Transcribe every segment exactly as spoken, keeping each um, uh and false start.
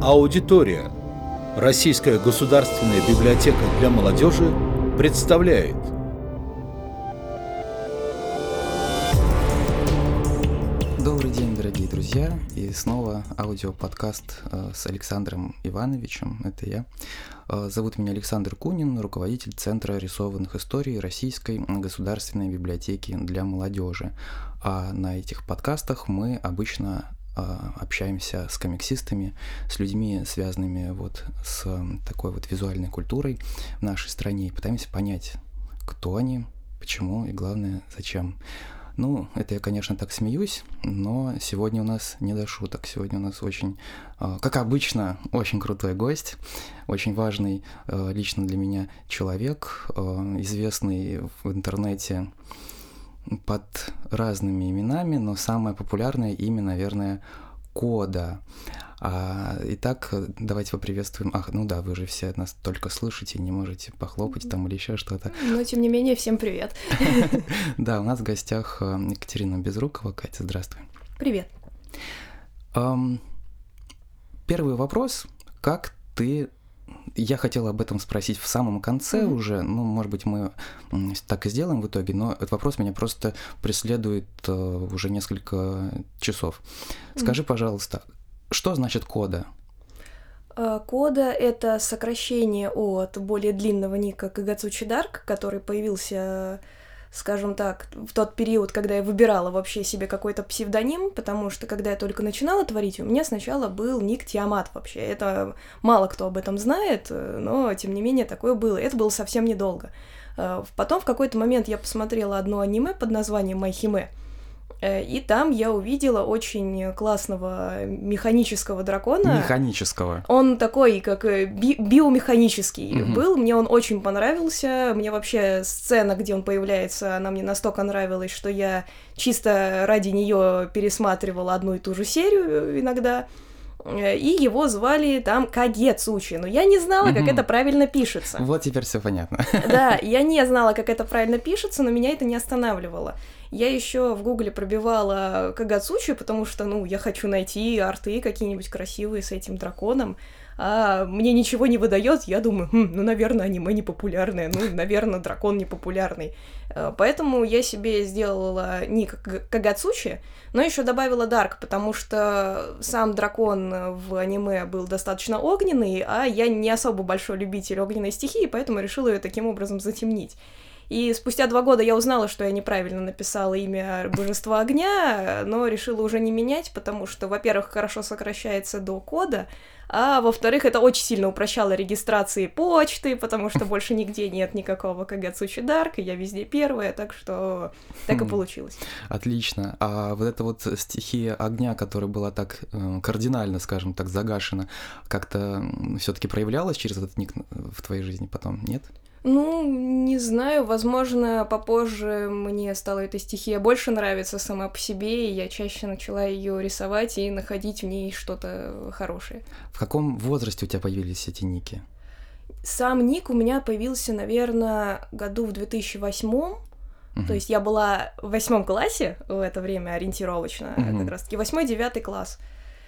Аудитория. Российская государственная библиотека для молодежи представляет. Добрый день, дорогие друзья, и снова аудиоподкаст с Александром Ивановичем, это я. Зовут меня Александр Кунин, руководитель Центра рисованных историй Российской государственной библиотеки для молодежи. А на этих подкастах мы обычно общаемся с комиксистами, с людьми, связанными вот с такой вот визуальной культурой в нашей стране, и пытаемся понять, кто они, почему и, главное, зачем. Ну, это я, конечно, так смеюсь, но сегодня у нас не до шуток. Сегодня у нас очень, как обычно, очень крутой гость, очень важный лично для меня человек, известный в интернете под разными именами, но самое популярное имя, наверное, Кода. А, итак, давайте поприветствуем. Ах, ну да, вы же все нас только слышите, не можете похлопать там или еще что-то. Но, тем не менее, всем привет. Да, у нас в гостях Екатерина Безрукова. Катя, здравствуй. Привет. Первый вопрос. Как ты... Я хотела об этом спросить в самом конце mm-hmm. уже, ну, может быть, мы так и сделаем в итоге, но этот вопрос меня просто преследует uh, уже несколько часов. Скажи, mm-hmm. пожалуйста, что значит кода? Кода — это сокращение от более длинного ника Кагацучи Дарк, который появился, скажем так, в тот период, когда я выбирала вообще себе какой-то псевдоним, потому что, когда я только начинала творить, у меня сначала был ник Тиамат вообще. Это мало кто об этом знает, но, тем не менее, такое было. Это было совсем недолго. Потом в какой-то момент я посмотрела одно аниме под названием Майхиме, и там я увидела очень классного механического дракона. Механического. Он такой, как би- биомеханический угу. был, мне он очень понравился. Мне вообще сцена, где он появляется, она мне настолько нравилась, что я чисто ради нее пересматривала одну и ту же серию иногда. И его звали там Кагецучи, но я не знала, как угу. это правильно пишется. Вот теперь все понятно. Да, я не знала, как это правильно пишется, но меня это не останавливало. Я еще в гугле пробивала Кагацучи, потому что, ну, я хочу найти арты какие-нибудь красивые с этим драконом, а мне ничего не выдает. Я думаю, хм, ну, наверное, аниме не популярное, ну, наверное, дракон не популярный. Поэтому я себе сделала ник Кагацучи, но еще добавила Дарк, потому что сам дракон в аниме был достаточно огненный, а я не особо большой любитель огненной стихии, поэтому решила ее таким образом затемнить. И спустя два года я узнала, что я неправильно написала имя божества огня, но решила уже не менять, потому что, во-первых, хорошо сокращается до кода, а во-вторых, это очень сильно упрощало регистрации почты, потому что больше нигде нет никакого Кагацучи Дарк, и я везде первая, так что так и получилось. Отлично. А вот эта вот стихия огня, которая была так э, кардинально, скажем так, загашена, как-то все-таки проявлялась через этот ник в твоей жизни потом, нет? Ну, не знаю, возможно, попозже мне стала эта стихия больше нравиться сама по себе, и я чаще начала ее рисовать и находить в ней что-то хорошее. В каком возрасте у тебя появились эти ники? Сам ник у меня появился, наверное, году в две тысячи восьмом. Uh-huh. То есть я была в восьмом классе в это время ориентировочно, uh-huh. как раз-таки восьмой-девятый класс.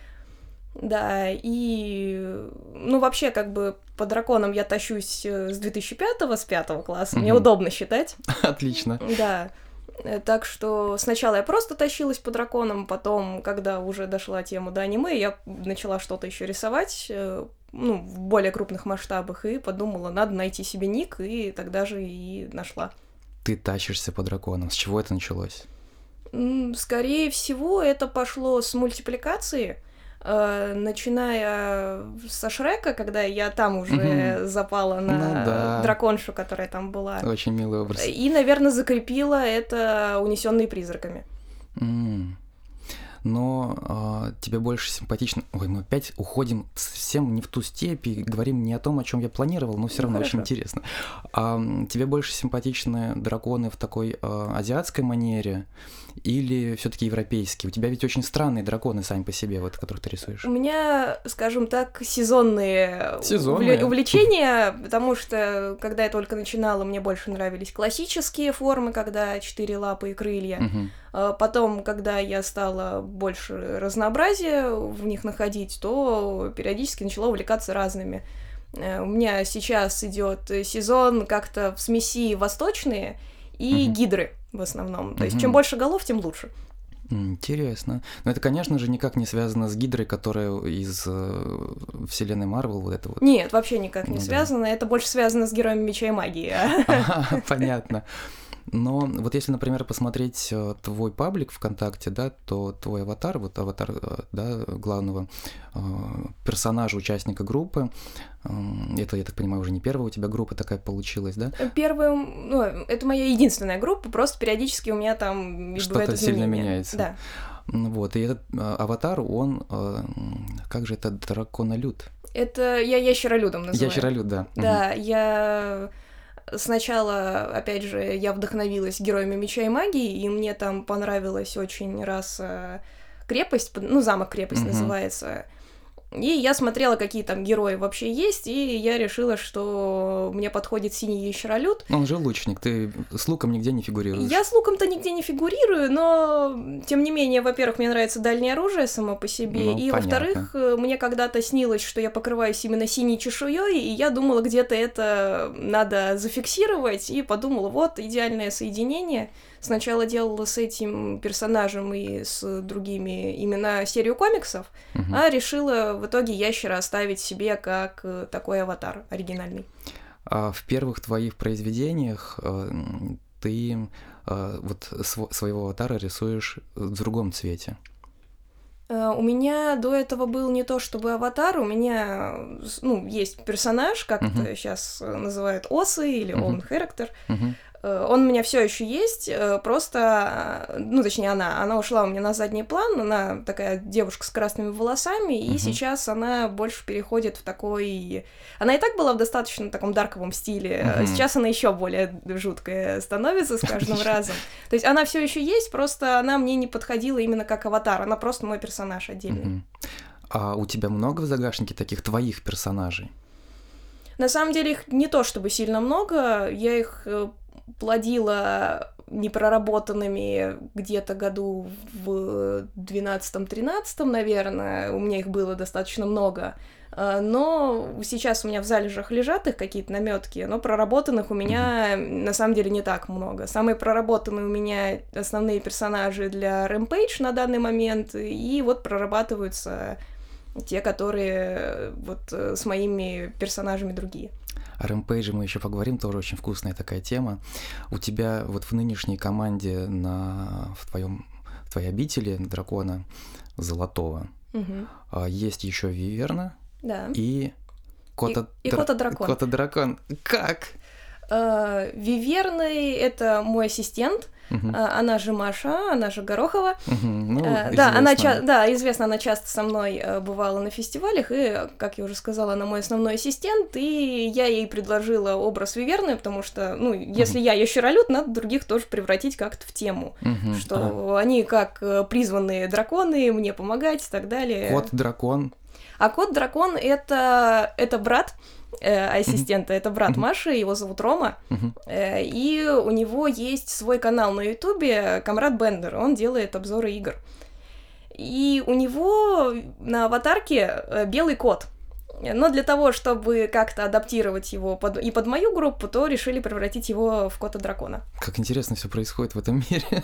Да, и, ну, вообще, как бы, по драконам я тащусь с две тысячи пятого, с пятого класса, mm-hmm. мне удобно считать. Отлично. Да, так что сначала я просто тащилась по драконам, потом, когда уже дошла тема до аниме, я начала что-то еще рисовать, ну, в более крупных масштабах, и подумала, надо найти себе ник, и тогда же и нашла. Ты тащишься по драконам, с чего это началось? Скорее всего, это пошло с мультипликации. Uh, начиная со Шрека, когда я там уже mm-hmm. запала на ну, да. драконшу, которая там была. Очень милый образ. И, наверное, закрепила это «Унесённые призраками». Mm. Но а, тебе больше симпатично... Ой, мы опять уходим совсем не в ту степь и говорим не о том, о чем я планировал, но все равно ну, очень интересно. А, тебе больше симпатичны драконы в такой а, азиатской манере или все-таки европейские? У тебя ведь очень странные драконы сами по себе, вот, которых ты рисуешь. У меня, скажем так, сезонные, сезонные. увлечения, потому что, когда я только начинала, мне больше нравились классические формы, когда четыре лапы и крылья. Угу. Потом, когда я стала больше разнообразия в них находить, то периодически начала увлекаться разными. У меня сейчас идет сезон как-то в смеси восточные и mm-hmm. гидры в основном. То mm-hmm. есть чем больше голов, тем лучше. Интересно. Но это, конечно же, никак не связано с Гидрой, которая из э, вселенной Марвел, вот это вот. Нет, вообще никак не ну, связано. Да. Это больше связано с героями Меча и Магии. Понятно. Но вот если, например, посмотреть твой паблик ВКонтакте, да, то твой аватар, вот аватар, да, главного э, персонажа, участника группы, э, это, я так понимаю, уже не первая у тебя группа такая получилась, да? Первая, ну, это моя единственная группа, просто периодически у меня там что-то сильно меняется. Да. Вот, и этот э, аватар, он, э, как же это, драконолюд? Это я ящеролюдом называю. Ящеролюд, да. Да, угу. я... Сначала, опять же, я вдохновилась героями Меча и Магии, и мне там понравилась очень раз крепость, ну, замок-крепость uh-huh. называется. И я смотрела, какие там герои вообще есть, и я решила, что мне подходит синий ящеролюд. Он же лучник, ты с луком нигде не фигурируешь. Я с луком-то нигде не фигурирую, но, тем не менее, во-первых, мне нравится дальнее оружие само по себе, ну, и, понятно. Во-вторых, мне когда-то снилось, что я покрываюсь именно синей чешуей, и я думала, где-то это надо зафиксировать, и подумала, вот, идеальное соединение. Сначала делала с этим персонажем и с другими именно серию комиксов, uh-huh. а решила в итоге ящера оставить себе как такой аватар оригинальный. А в первых твоих произведениях ты вот своего аватара рисуешь в другом цвете. У меня до этого был не то чтобы аватар, у меня, ну, есть персонаж, как uh-huh. это сейчас называют осы или uh-huh. он характер. Uh-huh. Он у меня все еще есть, просто, ну, точнее, она, она ушла у меня на задний план, она такая девушка с красными волосами, uh-huh. и сейчас она больше переходит в такой... Она и так была в достаточно таком дарковом стиле, uh-huh. сейчас она еще более жуткая становится с каждым разом. То есть она все еще есть, просто она мне не подходила именно как аватар, она просто мой персонаж отдельный. Uh-huh. А у тебя много в загашнике таких твоих персонажей? На самом деле их не то чтобы сильно много, я их... плодила непроработанными где-то году в двенадцатом-тринадцатом, наверное, у меня их было достаточно много, но сейчас у меня в залежах лежат их какие-то намётки, но проработанных у меня на самом деле не так много. Самые проработанные у меня основные персонажи для Rampage на данный момент, и вот прорабатываются те, которые вот с моими персонажами другие. О Rampage мы еще поговорим, тоже очень вкусная такая тема. У тебя вот в нынешней команде на, в, твоем, в твоей обители дракона золотого угу. есть еще Виверна да. и Кота... И, и Кота-дракон. Кота-дракон. Как? Uh, Виверны — это мой ассистент, uh-huh. uh, она же Маша, она же Горохова. Uh-huh. Ну, uh, да, она ча- да, известно, она часто со мной uh, бывала на фестивалях, и, как я уже сказала, она мой основной ассистент, и я ей предложила образ Виверны, потому что, ну, если uh-huh. я ящеролюд, надо других тоже превратить как-то в тему, uh-huh. что uh-huh. они как призванные драконы, мне помогать и так далее. Кот-дракон. А Кот-дракон — это, это брат ассистента, uh-huh. это брат uh-huh. Маши, его зовут Рома, uh-huh. и у него есть свой канал на Ютубе Камрад Бендер, он делает обзоры игр. И у него на аватарке белый кот. Но для того, чтобы как-то адаптировать его под, и под мою группу, то решили превратить его в Кота-дракона. Как интересно все происходит в этом мире.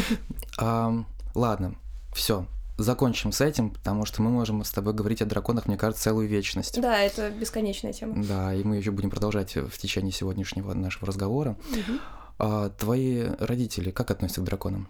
Ладно, все. Закончим с этим, потому что мы можем с тобой говорить о драконах, мне кажется, целую вечность. Да, это бесконечная тема. Да, и мы еще будем продолжать в течение сегодняшнего нашего разговора. Угу. А твои родители как относятся к драконам?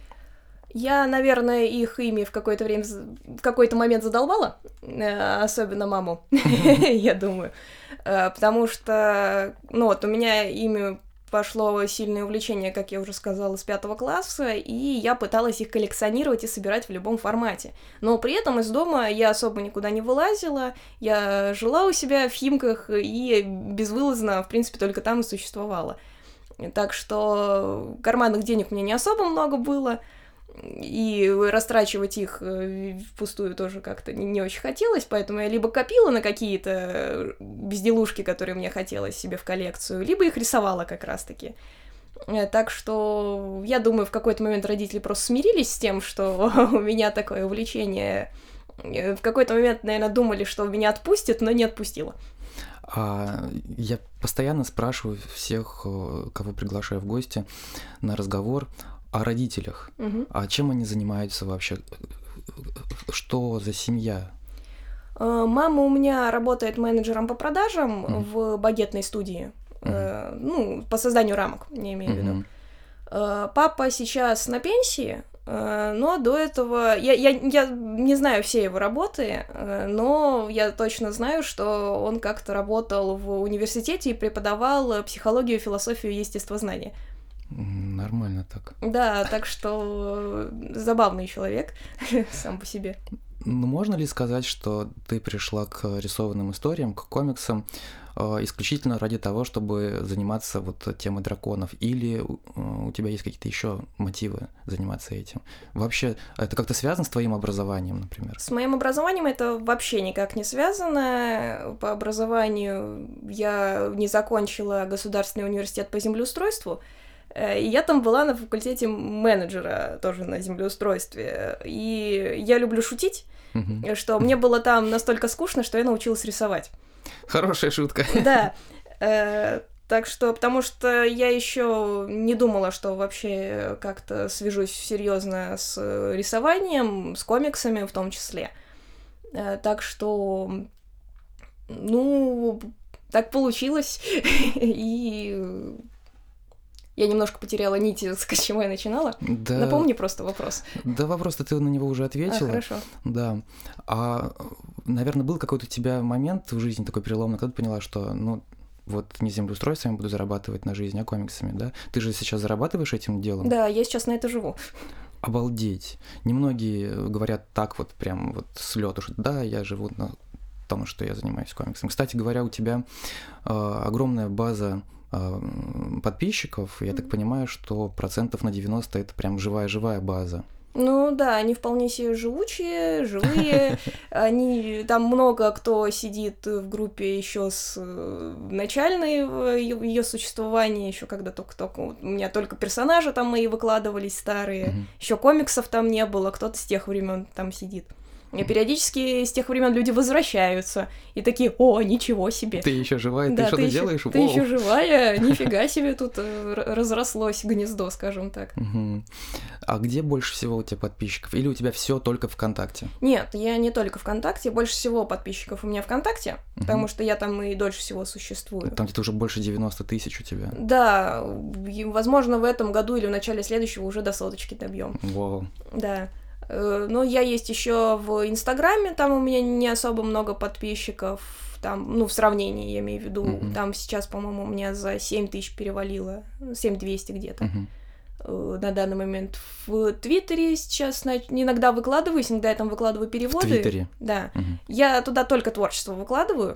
Я, наверное, их ими в какое-то время, в какой-то момент задолбала, особенно маму, я думаю, потому что, ну вот, у меня ими пошло сильное увлечение, как я уже сказала, с пятого класса, и я пыталась их коллекционировать и собирать в любом формате. Но при этом из дома я особо никуда не вылазила, я жила у себя в Химках и безвылазно, в принципе, только там и существовала. Так что карманных денег у меня не особо много было, и растрачивать их впустую тоже как-то не, не очень хотелось, поэтому я либо копила на какие-то безделушки, которые мне хотелось себе в коллекцию, либо их рисовала как раз-таки. Так что я думаю, в какой-то момент родители просто смирились с тем, что у меня такое увлечение. В какой-то момент, наверное, думали, что меня отпустят, но не отпустила. А я постоянно спрашиваю всех, кого приглашаю в гости на разговор, о родителях. Угу. А чем они занимаются вообще? Что за семья? Мама у меня работает менеджером по продажам Mm. в багетной студии. Mm. Ну, по созданию рамок, я имею в виду. Mm-hmm. Папа сейчас на пенсии, но до этого... Я, я, я не знаю все его работы, но я точно знаю, что он как-то работал в университете и преподавал психологию, философию и естествознание. Нормально так. Да, так что забавный человек сам по себе. Ну, можно ли сказать, что ты пришла к рисованным историям, к комиксам исключительно ради того, чтобы заниматься вот темой драконов, или у тебя есть какие-то еще мотивы заниматься этим? Вообще, это как-то связано с твоим образованием, например? С моим образованием это вообще никак не связано. По образованию я не закончила Государственный университет по землеустройству, и я там была на факультете менеджера тоже на землеустройстве. И я люблю шутить, угу. что мне было там настолько скучно, что я научилась рисовать. Хорошая шутка. Да. Э, так что, потому что я еще не думала, что вообще как-то свяжусь серьезно с рисованием, с комиксами в том числе. Э, так что, ну, так получилось. И я немножко потеряла нить, с чего я начинала. Да. Напомни просто вопрос. Да, вопрос-то ты на него уже ответила. А, хорошо. Да. А, наверное, был какой-то у тебя момент в жизни такой переломный, когда ты поняла, что, ну, вот не землеустройством я буду зарабатывать на жизнь, а комиксами, да? Ты же сейчас зарабатываешь этим делом? Да, я сейчас на это живу. Обалдеть. Немногие говорят так вот прям вот с лёту, что да, я живу на том, что я занимаюсь комиксом. Кстати говоря, у тебя э, огромная база подписчиков, я так понимаю, что процентов на девяносто это прям живая-живая база. Ну да, они вполне себе живучие, живые. Они там много кто сидит в группе еще с начальной ее существования, еще когда только-только у меня только персонажи там мои выкладывались старые, Mm-hmm. еще комиксов там не было, кто-то с тех времен там сидит. И периодически с тех времен люди возвращаются и такие: о, ничего себе. Ты еще живая, да, ты что-то ты делаешь? Ты еще живая, нифига себе, тут разрослось гнездо, скажем так. Угу. А где больше всего у тебя подписчиков? Или у тебя все только ВКонтакте? Нет, я не только ВКонтакте, больше всего подписчиков у меня ВКонтакте, угу. потому что я там и дольше всего существую. Там где-то уже больше девяносто тысяч у тебя. Да, возможно, в этом году или в начале следующего уже до соточки добьем. Вау. Да. Но я есть еще в Инстаграме, там у меня не особо много подписчиков, там, ну, в сравнении, я имею в виду, uh-huh. там сейчас, по-моему, у меня за семь тысяч перевалило, семь двести где-то uh-huh. на данный момент. В Твиттере сейчас иногда выкладываюсь, иногда я там выкладываю переводы. В Твиттере? Да. Uh-huh. Я туда только творчество выкладываю.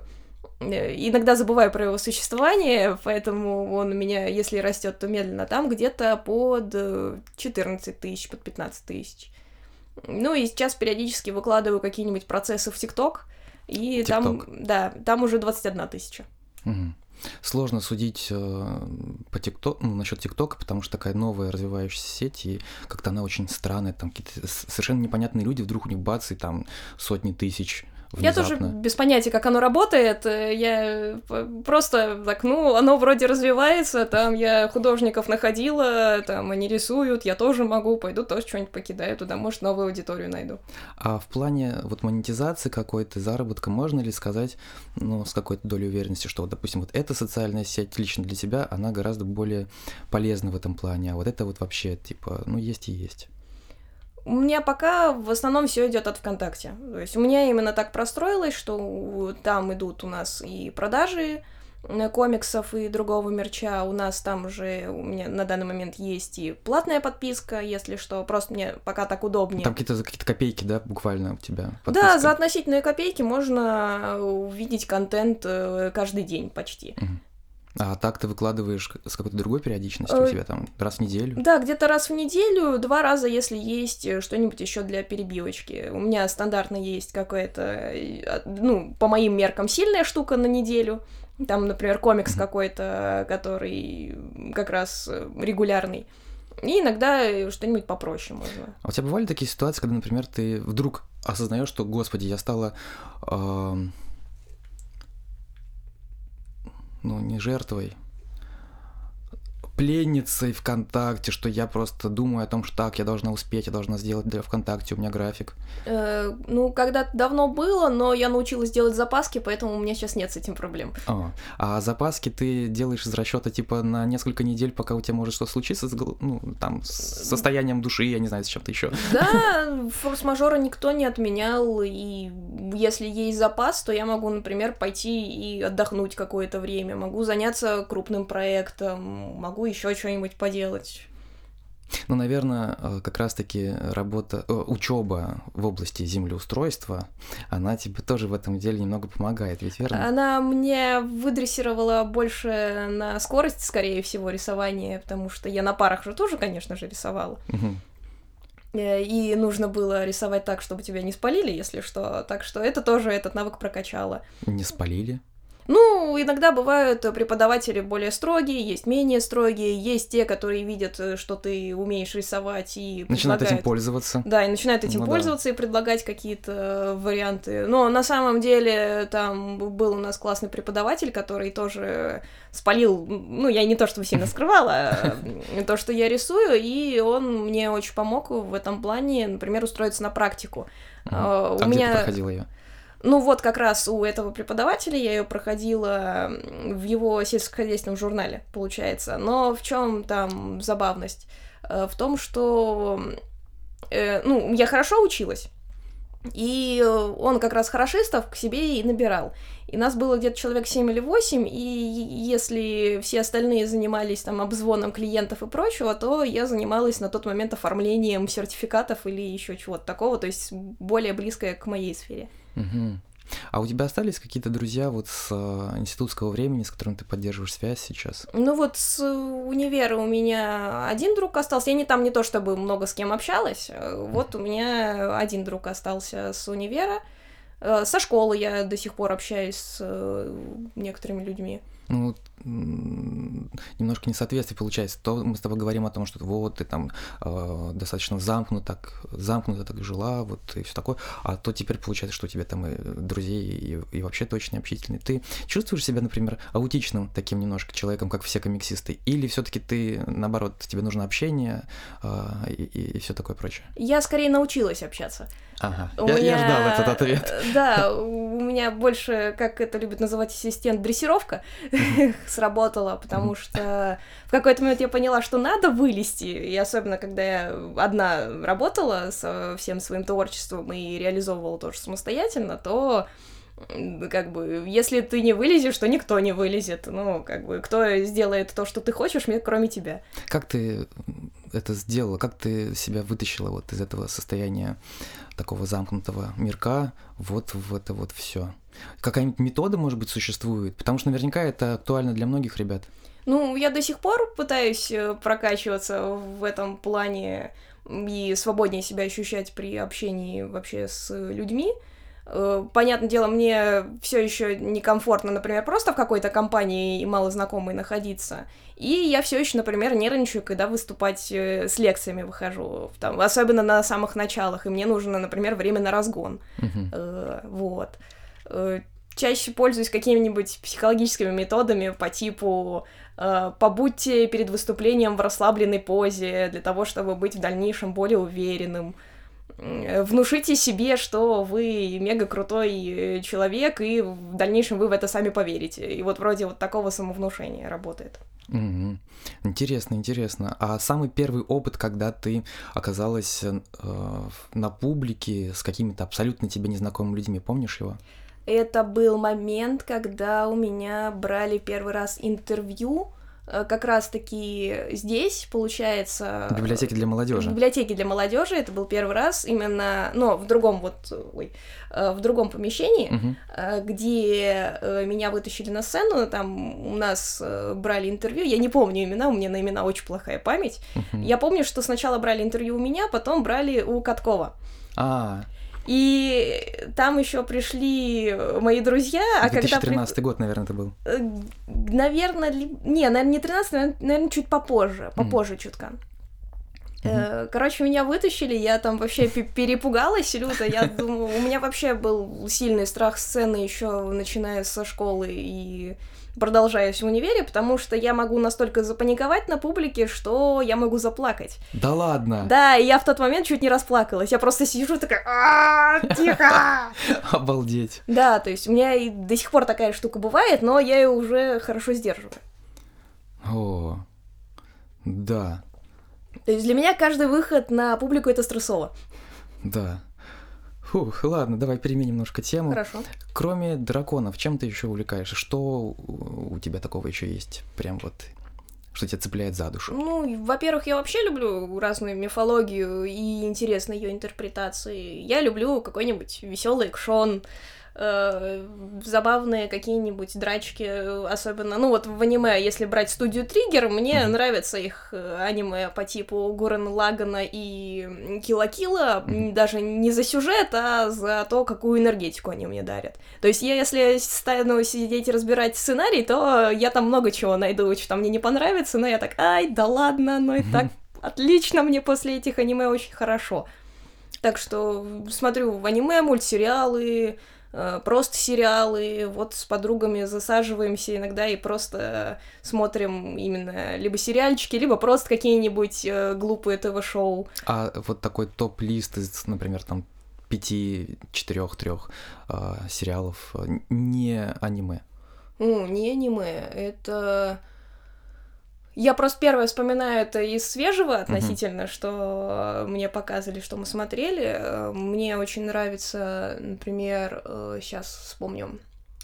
Иногда забываю про его существование, поэтому он у меня, если растет, то медленно, там где-то под четырнадцать тысяч, под пятнадцать тысяч. Ну и сейчас периодически выкладываю какие-нибудь процессы в ТикТок, и TikTok. там, да, там уже двадцать одна тысяча. Угу. Сложно судить э, по ТикТок, ну, насчет ТикТока, потому что такая новая развивающаяся сеть, и как-то она очень странная, там какие-то совершенно непонятные люди, вдруг у них бац, и там сотни тысяч. Внезапно. Я тоже без понятия, как оно работает, я просто так, ну, оно вроде развивается, там я художников находила, там они рисуют, я тоже могу, пойду тоже что-нибудь покидаю туда, может, новую аудиторию найду. А в плане вот монетизации какой-то, заработка, можно ли сказать, ну, с какой-то долей уверенности, что, вот, допустим, вот эта социальная сеть лично для тебя, она гораздо более полезна в этом плане, а вот это вот вообще, типа, ну, есть и есть? У меня пока в основном все идет от ВКонтакте. То есть у меня именно так простроилось, что там идут у нас и продажи комиксов и другого мерча. У нас там уже у меня на данный момент есть и платная подписка, если что. Просто мне пока так удобнее. Там какие-то, какие-то копейки, да, буквально у тебя? Подписка? Да, за относительные копейки можно увидеть контент каждый день почти. Угу. А так ты выкладываешь с какой-то другой периодичностью у тебя там раз в неделю? Да, где-то раз в неделю, два раза, если есть что-нибудь еще для перебивочки. У меня стандартно есть какая-то, ну, по моим меркам, сильная штука на неделю. Там, например, комикс Мгм. какой-то, который как раз регулярный. И иногда что-нибудь попроще можно. А у тебя бывали такие ситуации, когда, например, ты вдруг осознаешь, что, господи, я стала, ам, ну, не жертвой, пленницей ВКонтакте, что я просто думаю о том, что так, я должна успеть, я должна сделать для ВКонтакте, у меня график. Э, ну, когда-то давно было, но я научилась делать запаски, поэтому у меня сейчас нет с этим проблем. А, а запаски ты делаешь из расчета типа на несколько недель, пока у тебя может что-то случиться, с, гол- ну, там, с состоянием души, я не знаю, с чем-то еще. Да, форс-мажора никто не отменял, и если есть запас, то я могу, например, пойти и отдохнуть какое-то время, могу заняться крупным проектом, могу еще что-нибудь поделать. Ну, наверное, э, как раз-таки работа, учеба в области землеустройства, она тебе тоже в этом деле немного помогает, ведь верно? Она мне выдрессировала больше на скорость, скорее всего, рисования, потому что я на парах же тоже, конечно же, рисовала. Мгм. Э, И нужно было рисовать так, чтобы тебя не спалили, если что. Так что это тоже этот навык прокачало. Не спалили? Ну, иногда бывают преподаватели более строгие, есть менее строгие, есть те, которые видят, э, что ты умеешь рисовать и Начинают этим предлагают- пользоваться. Да, и начинают этим Ну да. пользоваться и предлагать какие-то варианты. Но на самом деле там был у нас классный преподаватель, который тоже спалил, ну, я не то чтобы сильно скрывала, а то, что я рисую, и он мне очень помог в этом плане, например, устроиться на практику. Мгм. А, А У где меня... ты проходила ее? Ну вот как раз у этого преподавателя я ее проходила в его сельскохозяйственном журнале, получается. Но в чем там забавность? Э, В том, что э, ну, я хорошо училась, и он как раз хорошистов к себе и набирал. И нас было где-то человек семь или восемь, и если все остальные занимались там обзвоном клиентов и прочего, то я занималась на тот момент оформлением сертификатов или еще чего-то такого, то есть более близкое к моей сфере. Мгм. А у тебя остались какие-то друзья вот с э, институтского времени, с которыми ты поддерживаешь связь сейчас? Ну вот с универа у меня один друг остался. Я не там не то чтобы много с кем общалась. э, Вот у меня один друг остался с универа. Э, Со школы я до сих пор общаюсь с э, некоторыми людьми. Ну, вот, м, немножко несоответствие получается. То мы с тобой говорим о том, что вот ты там э, достаточно замкнуто так, замкнуто так жила, вот и все такое, а то теперь получается, что у тебя там и друзей, и, и вообще точно общительный. Ты чувствуешь себя, например, аутичным таким немножко человеком, как все комиксисты, или все-таки ты, наоборот, тебе нужно общение э, и, и, и все такое прочее? Я скорее научилась общаться. Ага, У я, я меня- ждал этот ответ. Да, у меня больше, как это любят называть ассистент, дрессировка сработала, потому что в какой-то момент я поняла, что надо вылезти, и особенно, когда я одна работала со всем своим творчеством и реализовывала тоже самостоятельно, то м, как бы, если ты не вылезешь, то никто не вылезет. Ну, как бы, кто сделает то, что ты хочешь, мне- кроме тебя. Как ты это сделала? Как ты себя вытащила вот из этого состояния такого замкнутого мирка вот в это вот все? Какая-нибудь метода, может быть, существует? Потому что наверняка это актуально для многих ребят. Ну, я до сих пор пытаюсь э, прокачиваться в этом плане и свободнее себя ощущать при общении вообще с людьми. Э, Понятное дело, мне все еще некомфортно, например, просто в какой-то компании и малознакомой находиться. И я все еще, например, нервничаю, когда выступать э, с лекциями выхожу, там, особенно на самых началах, и мне нужно, например, время на разгон. Мгм. Э, Вот. Э, Чаще пользуюсь какими-нибудь психологическими методами по типу э, побудьте перед выступлением в расслабленной позе для того, чтобы быть в дальнейшем более уверенным. Э, Внушите себе, что вы мега крутой э, человек, и в дальнейшем вы в это сами поверите. И вот вроде вот такого самовнушения работает. Мгм. Интересно, интересно. А самый первый опыт, когда ты оказалась э, на публике с какими-то абсолютно тебе незнакомыми людьми, помнишь его? Это был момент, когда у меня брали первый раз интервью, э, как раз-таки здесь, получается... В библиотеке для В молодежи. библиотеке для молодежи это был первый раз именно, но в другом вот, ой, э, в другом помещении, Мгм. э, где э, меня вытащили на сцену, там у нас э, брали интервью, я не помню имена, у меня на имена очень плохая память. Мгм. Я помню, что сначала брали интервью у меня, потом брали у Каткова. А, И там еще пришли мои друзья, а две тысячи тринадцатый когда... год, наверное, это был. Наверное, ли... не, наверное, не тринадцатый, наверное, чуть попозже, попозже mm. чутка. Mm-hmm. Короче, меня вытащили, я там вообще перепугалась люто, я думаю, у меня вообще был сильный страх сцены еще начиная со школы и продолжаясь в универе, потому что я могу настолько запаниковать на публике, что я могу заплакать. Да ладно? Да, и я в тот момент чуть не расплакалась, я просто сижу такая, а тихо! Обалдеть. Да, то есть у меня и до сих пор такая штука бывает, но я ее уже хорошо сдерживаю. О, да. То есть для меня каждый выход на публику — это стрессово. Да. Фух, ладно, давай переменим немножко тему. Хорошо. Кроме драконов, чем ты еще увлекаешься? Что у тебя такого еще есть? Прям вот, что тебя цепляет за душу? Ну, во-первых, я вообще люблю разную мифологию и интересные ее интерпретации. Я люблю какой-нибудь веселый экшон, э, забавные какие-нибудь драчки, особенно, ну вот в аниме, если брать студию Триггер, мне mm-hmm. нравятся их аниме по типу Гуррен Лагана и Килла Килла, mm-hmm. даже не за сюжет, а за то, какую энергетику они мне дарят. То есть я, если стану сидеть и разбирать сценарий, то я там много чего найду, что мне не понравится, но я так, ай, да ладно, ну и mm-hmm. так отлично, мне после этих аниме очень хорошо. Так что смотрю в аниме, мультсериалы, просто сериалы, вот с подругами засаживаемся иногда и просто смотрим именно либо сериальчики, либо просто какие-нибудь э, глупые ТВ-шоу. А вот такой топ-лист из, например, там пяти, четырех, трех э, сериалов не аниме? Ну, не аниме, это... Я просто первое вспоминаю это из свежего относительно, uh-huh. что мне показывали, что мы смотрели. Мне очень нравится, например, сейчас вспомню.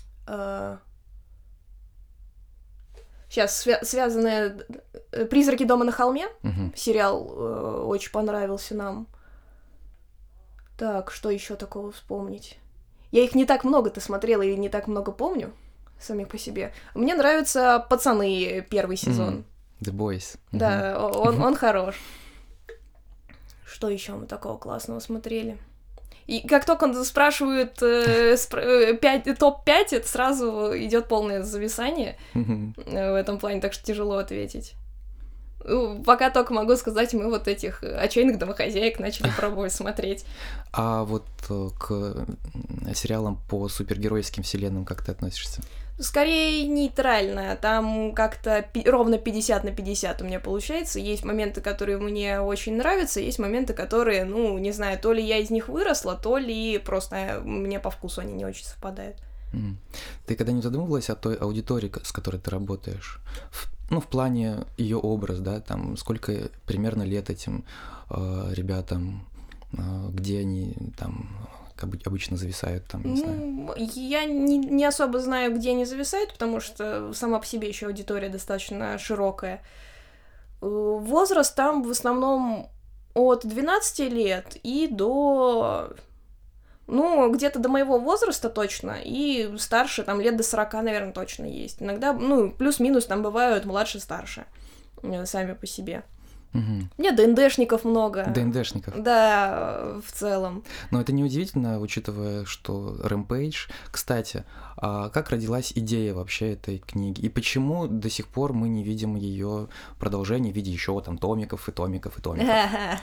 Сейчас свя- связанное «Призраки дома на холме». Uh-huh. Сериал очень понравился нам. Так, что еще такого вспомнить? Я их не так много-то смотрела и не так много помню самих по себе. Мне нравятся «Пацаны» первый сезон. Uh-huh. The Boys. Да, uh-huh. он, он хорош. Что еще мы такого классного смотрели? И как только спрашивают э, спр- пять, топ пять, это сразу идет полное зависание uh-huh. в этом плане, так что тяжело ответить. Пока только могу сказать, мы вот этих «Отчаянных домохозяек» начали пробовать смотреть. А вот к сериалам по супергеройским вселенным как ты относишься? Скорее нейтрально, там как-то пи- ровно пятьдесят на пятьдесят у меня получается. Есть моменты, которые мне очень нравятся, есть моменты, которые, ну, не знаю, то ли я из них выросла, то ли просто мне по вкусу они не очень совпадают. Mm. Ты когда-нибудь задумывалась о той аудитории, с которой ты работаешь? В, ну, в плане ее образ, да, там, сколько примерно лет этим э, ребятам, э, где они там... обычно зависают там, не знаю. Я не, не особо знаю, где они зависают, потому что сама по себе еще аудитория достаточно широкая. Возраст там в основном от двенадцати лет и до... Ну, где-то до моего возраста точно, и старше, там, лет до сорока, наверное, точно есть. Иногда, ну, плюс-минус там бывают младше-старше, сами по себе. Угу. У меня ДНДшников много. ДНДшников? Да, в целом. Но это неудивительно, учитывая, что Rampage... Кстати, а как родилась идея вообще этой книги? И почему до сих пор мы не видим ее продолжения в виде еще там томиков и томиков и томиков?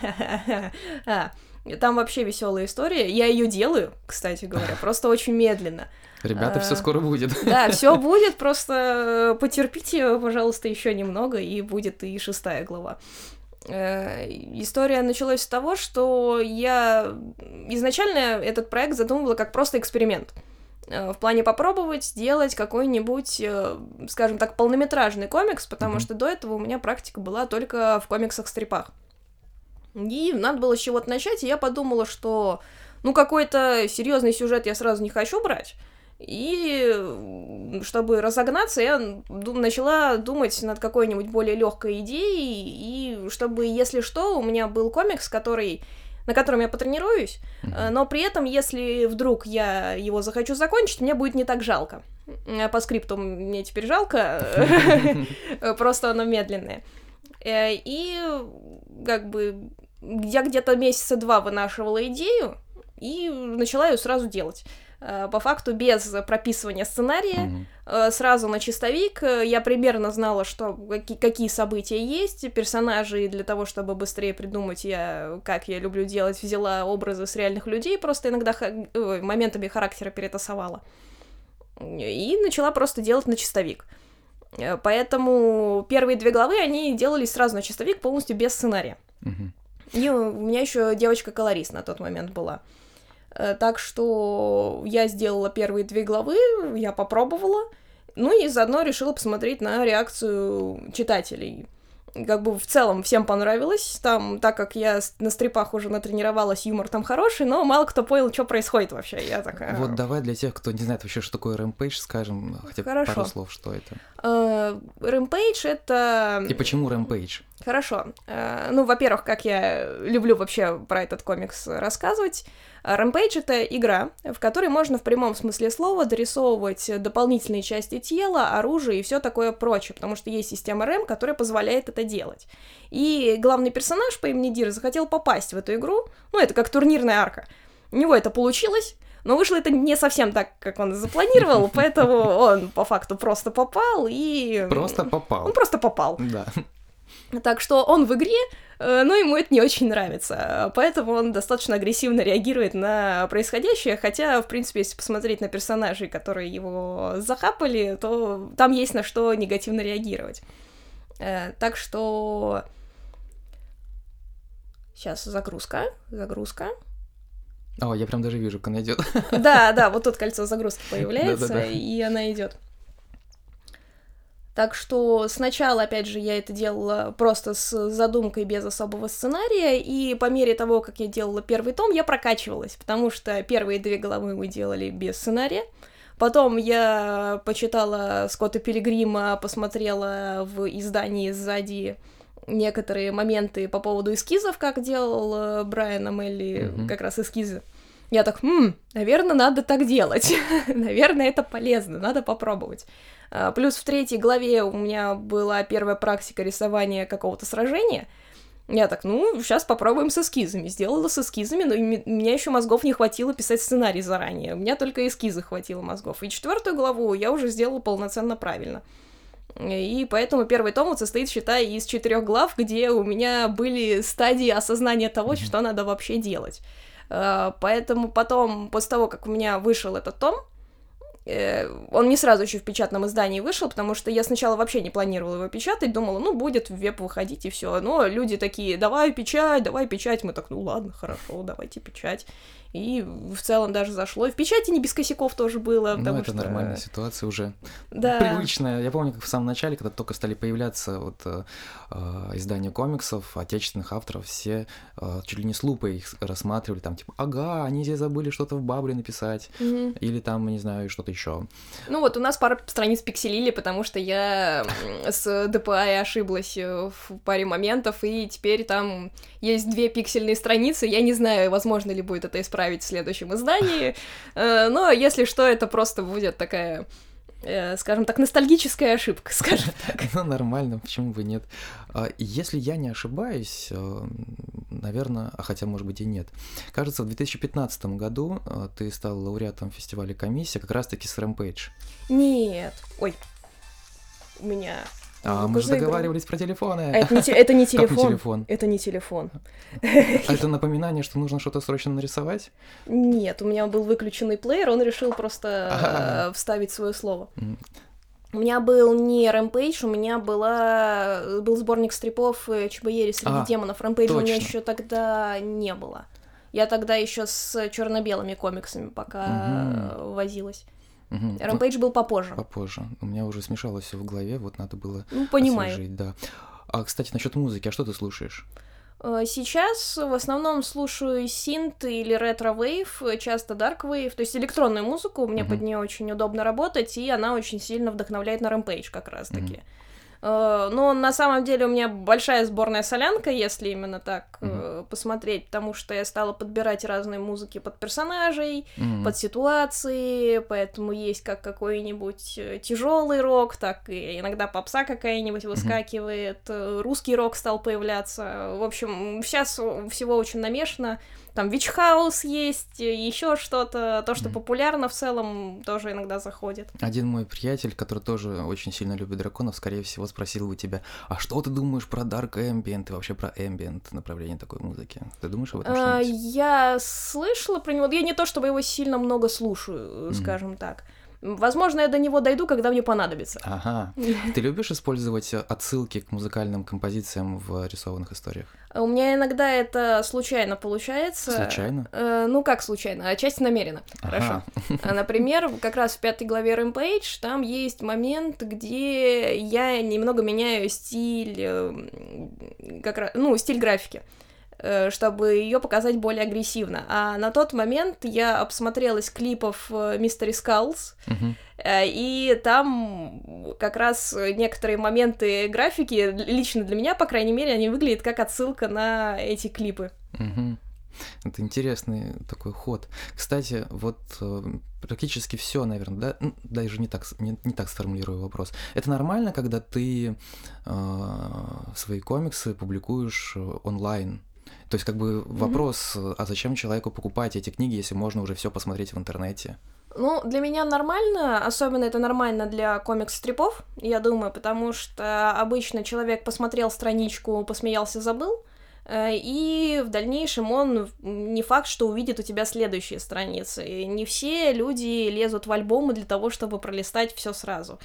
Там вообще веселая история. Я ее делаю, кстати говоря, просто очень медленно. Ребята, все скоро будет. Да, все будет, просто потерпите, пожалуйста, еще немного, и будет и шестая глава. История началась с того, что я изначально этот проект задумывала как просто эксперимент. В плане попробовать сделать какой-нибудь, скажем так, полнометражный комикс, потому mm-hmm. что до этого у меня практика была только в комиксах-стрипах. И надо было с чего-то начать, и я подумала, что ну какой-то серьезный сюжет я сразу не хочу брать. И чтобы разогнаться, я начала думать над какой-нибудь более легкой идеей, и чтобы, если что, у меня был комикс, который, на котором я потренируюсь, mm-hmm. но при этом, если вдруг я его захочу закончить, мне будет не так жалко. По скрипту мне теперь жалко, просто оно медленное. И как бы я где-то месяца два вынашивала идею, и начала ее сразу делать. По факту без прописывания сценария, mm-hmm. сразу на чистовик. Я примерно знала, что, какие события есть, персонажи, для того, чтобы быстрее придумать, я, как я люблю делать, взяла образы с реальных людей, просто иногда х- моментами характера перетасовала. И начала просто делать на чистовик. Поэтому первые две главы, они делались сразу на чистовик, полностью без сценария. Mm-hmm. И у меня еще девочка-колорист на тот момент была. Так что я сделала первые две главы, я попробовала, ну и заодно решила посмотреть на реакцию читателей. Как бы в целом всем понравилось, там, так как я на стрипах уже натренировалась, юмор там хороший, но мало кто понял, что происходит вообще, я такая... Вот давай для тех, кто не знает вообще, что такое Rampage, скажем хотя бы пару слов, что это. Uh, Rampage — это... И почему Rampage? Хорошо. Uh, ну, во-первых, как я люблю вообще про этот комикс рассказывать, Rampage — это игра, в которой можно в прямом смысле слова дорисовывать дополнительные части тела, оружие и все такое прочее, потому что есть система рэм, которая позволяет это делать. И главный персонаж по имени Дир захотел попасть в эту игру, ну, это как турнирная арка. У него это получилось, но вышло это не совсем так, как он запланировал, поэтому он по факту просто попал и... Просто попал. Он просто попал. Да. Так что он в игре, но ему это не очень нравится, поэтому он достаточно агрессивно реагирует на происходящее, хотя, в принципе, если посмотреть на персонажей, которые его захапали, то там есть на что негативно реагировать. Так что... Сейчас загрузка, загрузка. О, я прям даже вижу, как она идет. Да, да, вот тут кольцо загрузки появляется, и она идет. Так что сначала, опять же, я это делала просто с задумкой, без особого сценария, и по мере того, как я делала первый том, я прокачивалась, потому что первые две главы мы делали без сценария. Потом я почитала Скотта Пилигрима, посмотрела в издании сзади некоторые моменты по поводу эскизов, как делал Брайан Амелли, mm-hmm. как раз эскизы. Я так, хм, наверное, надо так делать. Наверное, это полезно, надо попробовать. Плюс в третьей главе у меня была первая практика рисования какого-то сражения. Я так, ну, сейчас попробуем с эскизами. Сделала с эскизами, но у меня еще мозгов не хватило писать сценарий заранее. У меня только эскизы хватило мозгов. И четвертую главу я уже сделала полноценно правильно. И поэтому первый том вот состоит, считай, из четырех глав, где у меня были стадии осознания того, mm-hmm. что надо вообще делать. Поэтому потом, после того, как у меня вышел этот том, он не сразу еще в печатном издании вышел, потому что я сначала вообще не планировала его печатать, думала, ну, будет в веб выходить и все. Но люди такие, давай печать, давай печать. Мы так, ну ладно, хорошо, давайте печать. И в целом даже зашло. И в печати не без косяков тоже было. Ну, это что... нормальная ситуация уже. Да. Привычная. Я помню, как в самом начале, когда только стали появляться вот, э, издания комиксов, отечественных авторов, все э, чуть ли не с лупой их рассматривали, там, типа, ага, они здесь забыли что-то в Бабре написать, mm-hmm. или там, не знаю, что-то еще. Ну вот у нас пара страниц пикселили, потому что я с ди пи ай ошиблась в паре моментов, и теперь там есть две пиксельные страницы. Я не знаю, возможно ли будет это исправить в следующем издании, но если что, это просто будет такая, скажем так, ностальгическая ошибка, скажем так. Ну, нормально, почему бы нет. Если я не ошибаюсь, наверное, а хотя, может быть, и нет. Кажется, в две тысячи пятнадцатом году ты стал лауреатом фестиваля «Комиссия» как раз-таки с Rampage. Нет, ой, у меня... А, мы же договаривались про телефоны. Это не, те, это не телефон. Как не телефон? Это не телефон. А это напоминание, что нужно что-то срочно нарисовать? Нет, у меня был выключенный плеер, он решил просто А-а-а. вставить свое слово. Mm. У меня был не Rampage, у меня была, был сборник стрипов Чебоери среди а, демонов. Rampage у меня еще тогда не было. Я тогда еще с черно-белыми комиксами пока угу. возилась. Угу. Rampage был попозже. Попозже. У меня уже смешалось все в голове, вот надо было ну, понимаю. освежить, да. А, кстати, насчет музыки, а что ты слушаешь? Сейчас в основном слушаю синт или ретро-вейв, часто дарк-вейв, то есть электронную музыку, мне uh-huh. под нее очень удобно работать, и она очень сильно вдохновляет на Rampage как раз-таки. Uh-huh. Но на самом деле у меня большая сборная солянка, если именно так uh-huh. посмотреть, потому что я стала подбирать разные музыки под персонажей, uh-huh. под ситуации, поэтому есть как какой-нибудь тяжелый рок, так и иногда попса какая-нибудь выскакивает, uh-huh. русский рок стал появляться. В общем, сейчас всего очень намешано, там Witch House есть, еще что-то, то, что mm. популярно в целом, тоже иногда заходит. Один мой приятель, который тоже очень сильно любит драконов, скорее всего, спросил бы тебя, а что ты думаешь про Dark Ambient и вообще про Ambient направление такой музыки? Ты думаешь об этом а, что-нибудь? Я слышала про него, я не то чтобы его сильно много слушаю, mm. скажем так. Возможно, я до него дойду, когда мне понадобится. Ага. Ты любишь использовать отсылки к музыкальным композициям в рисованных историях? У меня иногда это случайно получается. Случайно? Э, ну, как случайно? Отчасти намеренно. Ага. Хорошо. Например, как раз в пятой главе Rampage там есть момент, где я немного меняю стиль, как раз, ну, стиль графики, чтобы ее показать более агрессивно. А на тот момент я обсмотрелась клипов Mystery Skulls, uh-huh. и там как раз некоторые моменты графики, лично для меня, по крайней мере, они выглядят как отсылка на эти клипы. Uh-huh. Это интересный такой ход. Кстати, вот практически все, наверное, да, ну, даже не так, не, не так сформулирую вопрос. Это нормально, когда ты э, свои комиксы публикуешь онлайн? То есть, как бы вопрос, mm-hmm. а зачем человеку покупать эти книги, если можно уже все посмотреть в интернете? Ну, для меня нормально, особенно это нормально для комикс-стрипов, я думаю, потому что обычно человек посмотрел страничку, посмеялся, забыл, и в дальнейшем он не факт, что увидит у тебя следующие страницы. И не все люди лезут в альбомы для того, чтобы пролистать все сразу.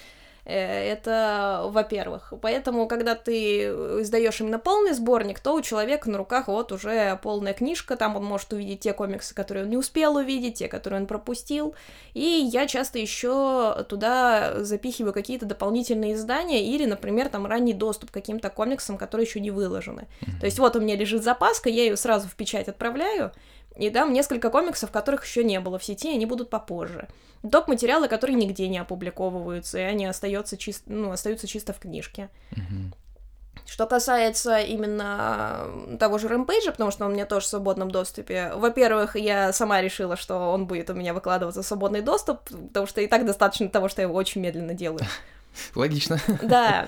Это, во-первых. Поэтому, когда ты издаешь именно полный сборник, то у человека на руках вот уже полная книжка, там он может увидеть те комиксы, которые он не успел увидеть, те, которые он пропустил. И я часто еще туда запихиваю какие-то дополнительные издания или, например, там ранний доступ к каким-то комиксам, которые еще не выложены. Mm-hmm. То есть вот у меня лежит запаска, я ее сразу в печать отправляю, и дам несколько комиксов, которых еще не было в сети, они будут попозже. Топ-материалы, которые нигде не опубликовываются, и они остаются чисто, ну, остаются чисто в книжке. Mm-hmm. Что касается именно того же Rampage, потому что он у меня тоже в свободном доступе, во-первых, я сама решила, что он будет у меня выкладываться в свободный доступ, потому что и так достаточно того, что я его очень медленно делаю. Логично. Да.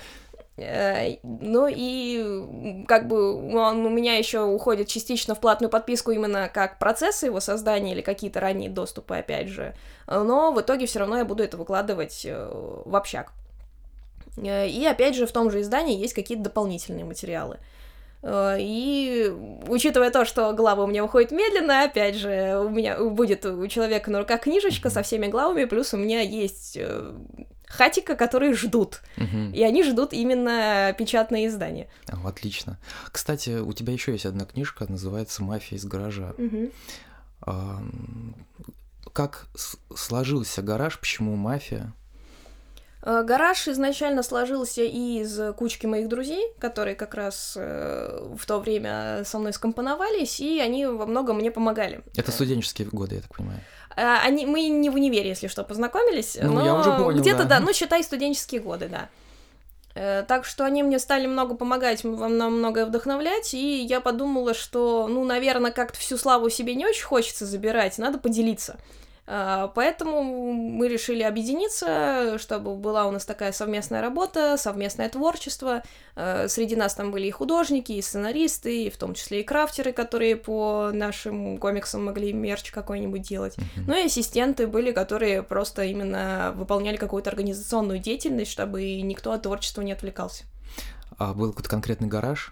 Ну и как бы он у меня еще уходит частично в платную подписку именно как процессы его создания или какие-то ранние доступы, опять же, но в итоге все равно я буду это выкладывать в общак. И опять же в том же издании есть какие-то дополнительные материалы. И учитывая то, что глава у меня выходит медленно, опять же, у меня будет у человека на руках книжечка со всеми главами, плюс у меня есть хатика, которые ждут. Uh-huh. И они ждут именно печатные издания. О, отлично. Кстати, у тебя еще есть одна книжка, называется «Мафия из гаража». Uh-huh. А, как с- сложился гараж, почему мафия? Гараж изначально сложился из кучки моих друзей, которые как раз в то время со мной скомпоновались, и они во многом мне помогали. Это студенческие годы, я так понимаю. Они, мы не в универе, если что, познакомились, ну, но я уже понял, где-то, да. да, ну, считай, студенческие годы, да. Так что они мне стали много помогать, на многое вдохновлять, и я подумала, что, ну, наверное, как-то всю славу себе не очень хочется забирать, надо поделиться. Поэтому мы решили объединиться, чтобы была у нас такая совместная работа, совместное творчество. Среди нас там были и художники, и сценаристы, и в том числе и крафтеры, которые по нашим комиксам могли мерч какой-нибудь делать. Uh-huh. Ну и ассистенты были, которые просто именно выполняли какую-то организационную деятельность, чтобы никто от творчества не отвлекался. А был какой-то конкретный гараж?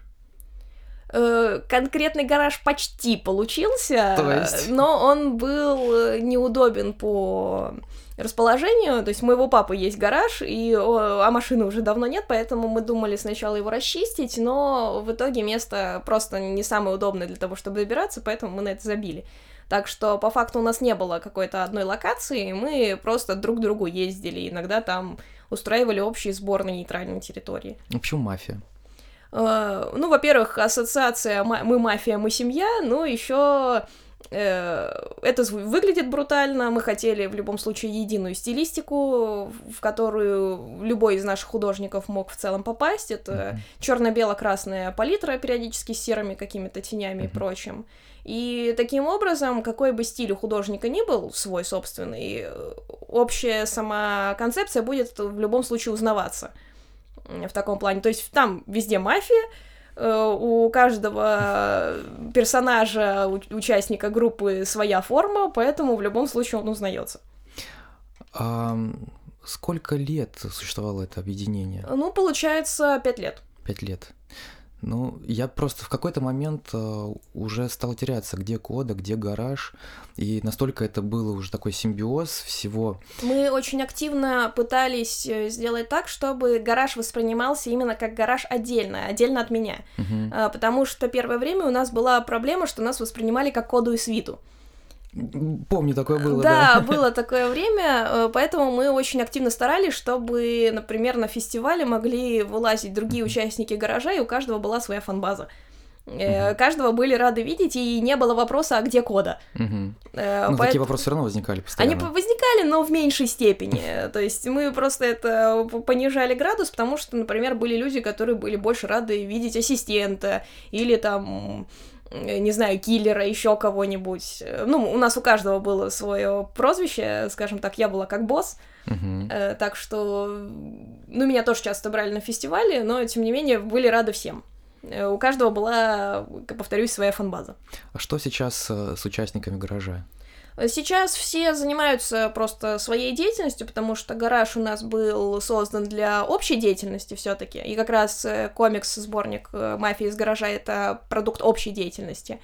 Конкретный гараж почти получился, То есть? Но он был неудобен по расположению, то есть у моего папы есть гараж, и, а машины уже давно нет, поэтому мы думали сначала его расчистить, но в итоге место просто не самое удобное для того, чтобы добираться, поэтому мы на это забили. Так что по факту у нас не было какой-то одной локации, мы просто друг к другу ездили, иногда там устраивали общий сбор на нейтральной территории. А почему мафия? Ну, во-первых, ассоциация «мы мафия, мы семья», ну, еще э, это выглядит брутально, мы хотели в любом случае единую стилистику, в которую любой из наших художников мог в целом попасть, это mm-hmm. черно-бело-красная палитра, периодически с серыми какими-то тенями mm-hmm. и прочим. И таким образом, какой бы стиль у художника ни был, свой собственный, общая сама концепция будет в любом случае узнаваться. В таком плане. То есть там везде мафия, у каждого персонажа, участника группы своя форма, поэтому в любом случае он узнается. А сколько лет существовало это объединение? Ну, получается, пять лет. Пять лет. Ну, я просто в какой-то момент uh, уже стал теряться, где кода, где гараж, и настолько это было уже такой симбиоз всего. Мы очень активно пытались сделать так, чтобы гараж воспринимался именно как гараж отдельно, отдельно от меня, uh-huh. uh, потому что первое время у нас была проблема, что нас воспринимали как коду и свиту. Помню, такое было, да. Да, было такое время, поэтому мы очень активно старались, чтобы, например, на фестивале могли вылазить другие участники гаража, и у каждого была своя фан-база. Uh-huh. Каждого были рады видеть, и не было вопроса, а где кода. Uh-huh. Ну, Поэтому... такие вопросы все равно возникали постоянно. Они возникали, но в меньшей степени. То есть мы просто это понижали градус, потому что, например, были люди, которые были больше рады видеть ассистента, или там... не знаю, киллера, еще кого-нибудь. Ну, у нас у каждого было свое прозвище, скажем так, я была как босс, uh-huh. э, так что, ну, меня тоже часто брали на фестивали, но, тем не менее, были рады всем. Э, у каждого была, повторюсь, своя фан-база. А что сейчас э, с участниками гаража? Сейчас все занимаются просто своей деятельностью, потому что гараж у нас был создан для общей деятельности все-таки, и как раз комикс-сборник «Мафия из гаража» — это продукт общей деятельности.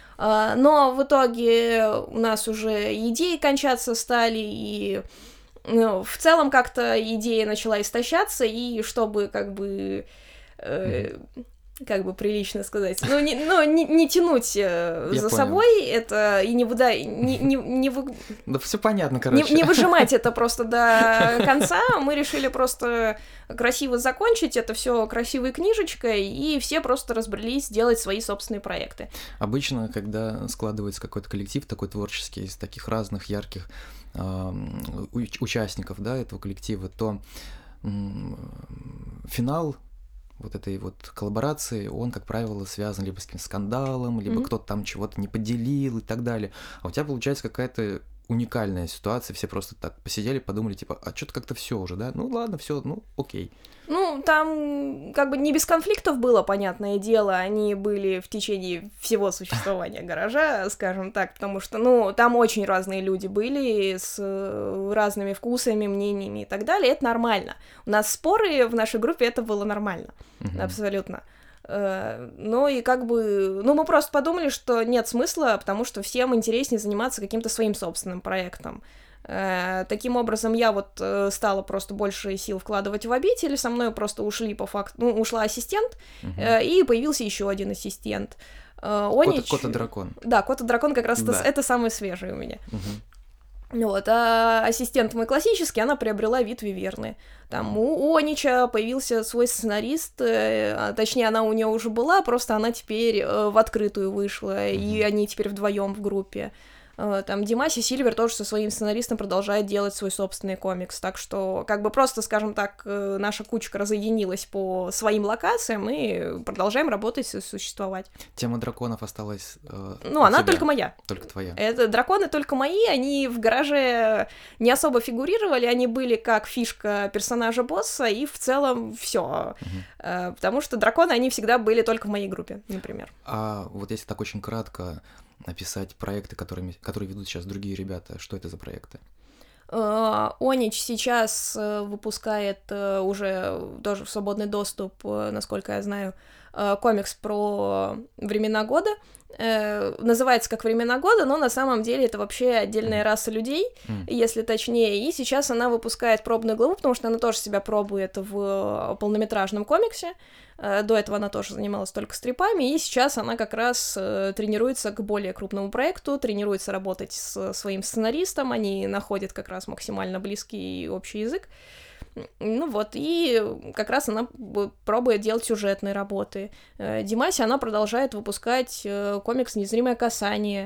Но в итоге у нас уже идеи кончаться стали, и ну, в целом как-то идея начала истощаться, и чтобы как бы... Э- как бы прилично сказать, ну, не, ну, не, не тянуть э, за понял. собой это и не выдай, не, не, не вы... Да все понятно, короче. Не, не выжимать это просто до конца, мы решили просто красиво закончить это все красивой книжечкой, и все просто разбрелись делать свои собственные проекты. Обычно, когда складывается какой-то коллектив такой творческий, из таких разных ярких э, участников, да, этого коллектива, то э, финал вот этой вот коллаборации, он, как правило, связан либо с каким-то скандалом, либо mm-hmm. кто-то там чего-то не поделил и так далее. А у тебя получается какая-то уникальная ситуация, все просто так посидели, подумали, типа, а что-то как-то все уже, да? Ну ладно, все, ну окей. Ну, там как бы не без конфликтов было, понятное дело, они были в течение всего существования гаража, скажем так, потому что, ну, там очень разные люди были с разными вкусами, мнениями и так далее, это нормально. У нас споры в нашей группе, это было нормально, uh-huh. абсолютно. Ну и как бы, ну мы просто подумали, что нет смысла, потому что всем интереснее заниматься каким-то своим собственным проектом. Таким образом, я вот стала просто больше сил вкладывать в обитель, со мной просто ушли по факту, ну, ушла ассистент, uh-huh. и появился еще один ассистент. Онич... Кот и дракон. Да, Кот и дракон как раз да. это, это самый свежий у меня. Uh-huh. Вот, а ассистент мой классический, она приобрела вид Виверны. Там у Онича появился свой сценарист, а, точнее, она у нее уже была, просто она теперь в открытую вышла, uh-huh. и они теперь вдвоем в группе. Там Димаси Сильвер тоже со своим сценаристом продолжает делать свой собственный комикс, так что, как бы просто, скажем так, наша кучка разъединилась по своим локациям и продолжаем работать и существовать. Тема драконов осталась э, Ну, она тебя. Только моя. Только твоя. Это драконы только мои, они в гараже не особо фигурировали, они были как фишка персонажа босса, и в целом все, угу. Потому что драконы, они всегда были только в моей группе, например. А вот если так очень кратко описать проекты, которыми, которые ведут сейчас другие ребята. Что это за проекты? Онич сейчас выпускает уже тоже в свободный доступ, насколько я знаю, комикс про времена года. Называется как «Времена года», но на самом деле это вообще отдельная mm. раса людей, mm. если точнее. И сейчас она выпускает пробную главу, потому что она тоже себя пробует в полнометражном комиксе. До этого она тоже занималась только стрипами, и сейчас она как раз тренируется к более крупному проекту, тренируется работать с своим сценаристом, они находят как раз максимально близкий общий язык. Ну вот, и как раз она пробует делать сюжетные работы. Димаси, она продолжает выпускать комикс «Незримое касание».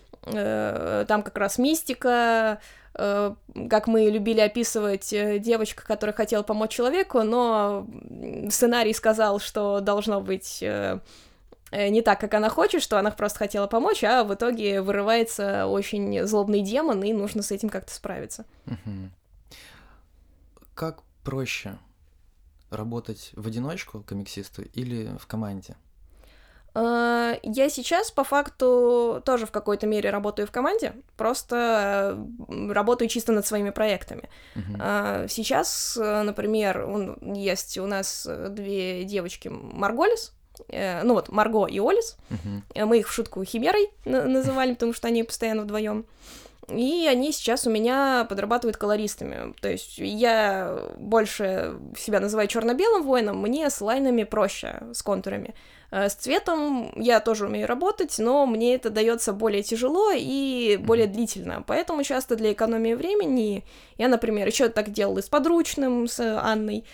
Там как раз мистика, как мы любили описывать, девочка, которая хотела помочь человеку, но сценарий сказал, что должно быть не так, как она хочет, что она просто хотела помочь, а в итоге вырывается очень злобный демон, и нужно с этим как-то справиться. Как проще, работать в одиночку комиксисту или в команде? Я сейчас, по факту, тоже в какой-то мере работаю в команде, просто работаю чисто над своими проектами. Uh-huh. Сейчас, например, есть у нас две девочки Марголис, ну вот, Марго и Олис, uh-huh. мы их в шутку химерой называли, потому что они постоянно вдвоем. И они сейчас у меня подрабатывают колористами. То есть я больше себя называю черно-белым воином, мне с лайнами проще, с контурами. С цветом я тоже умею работать, но мне это дается более тяжело и более длительно. Поэтому часто для экономии времени я, например, еще так делала и с подручным, с Анной,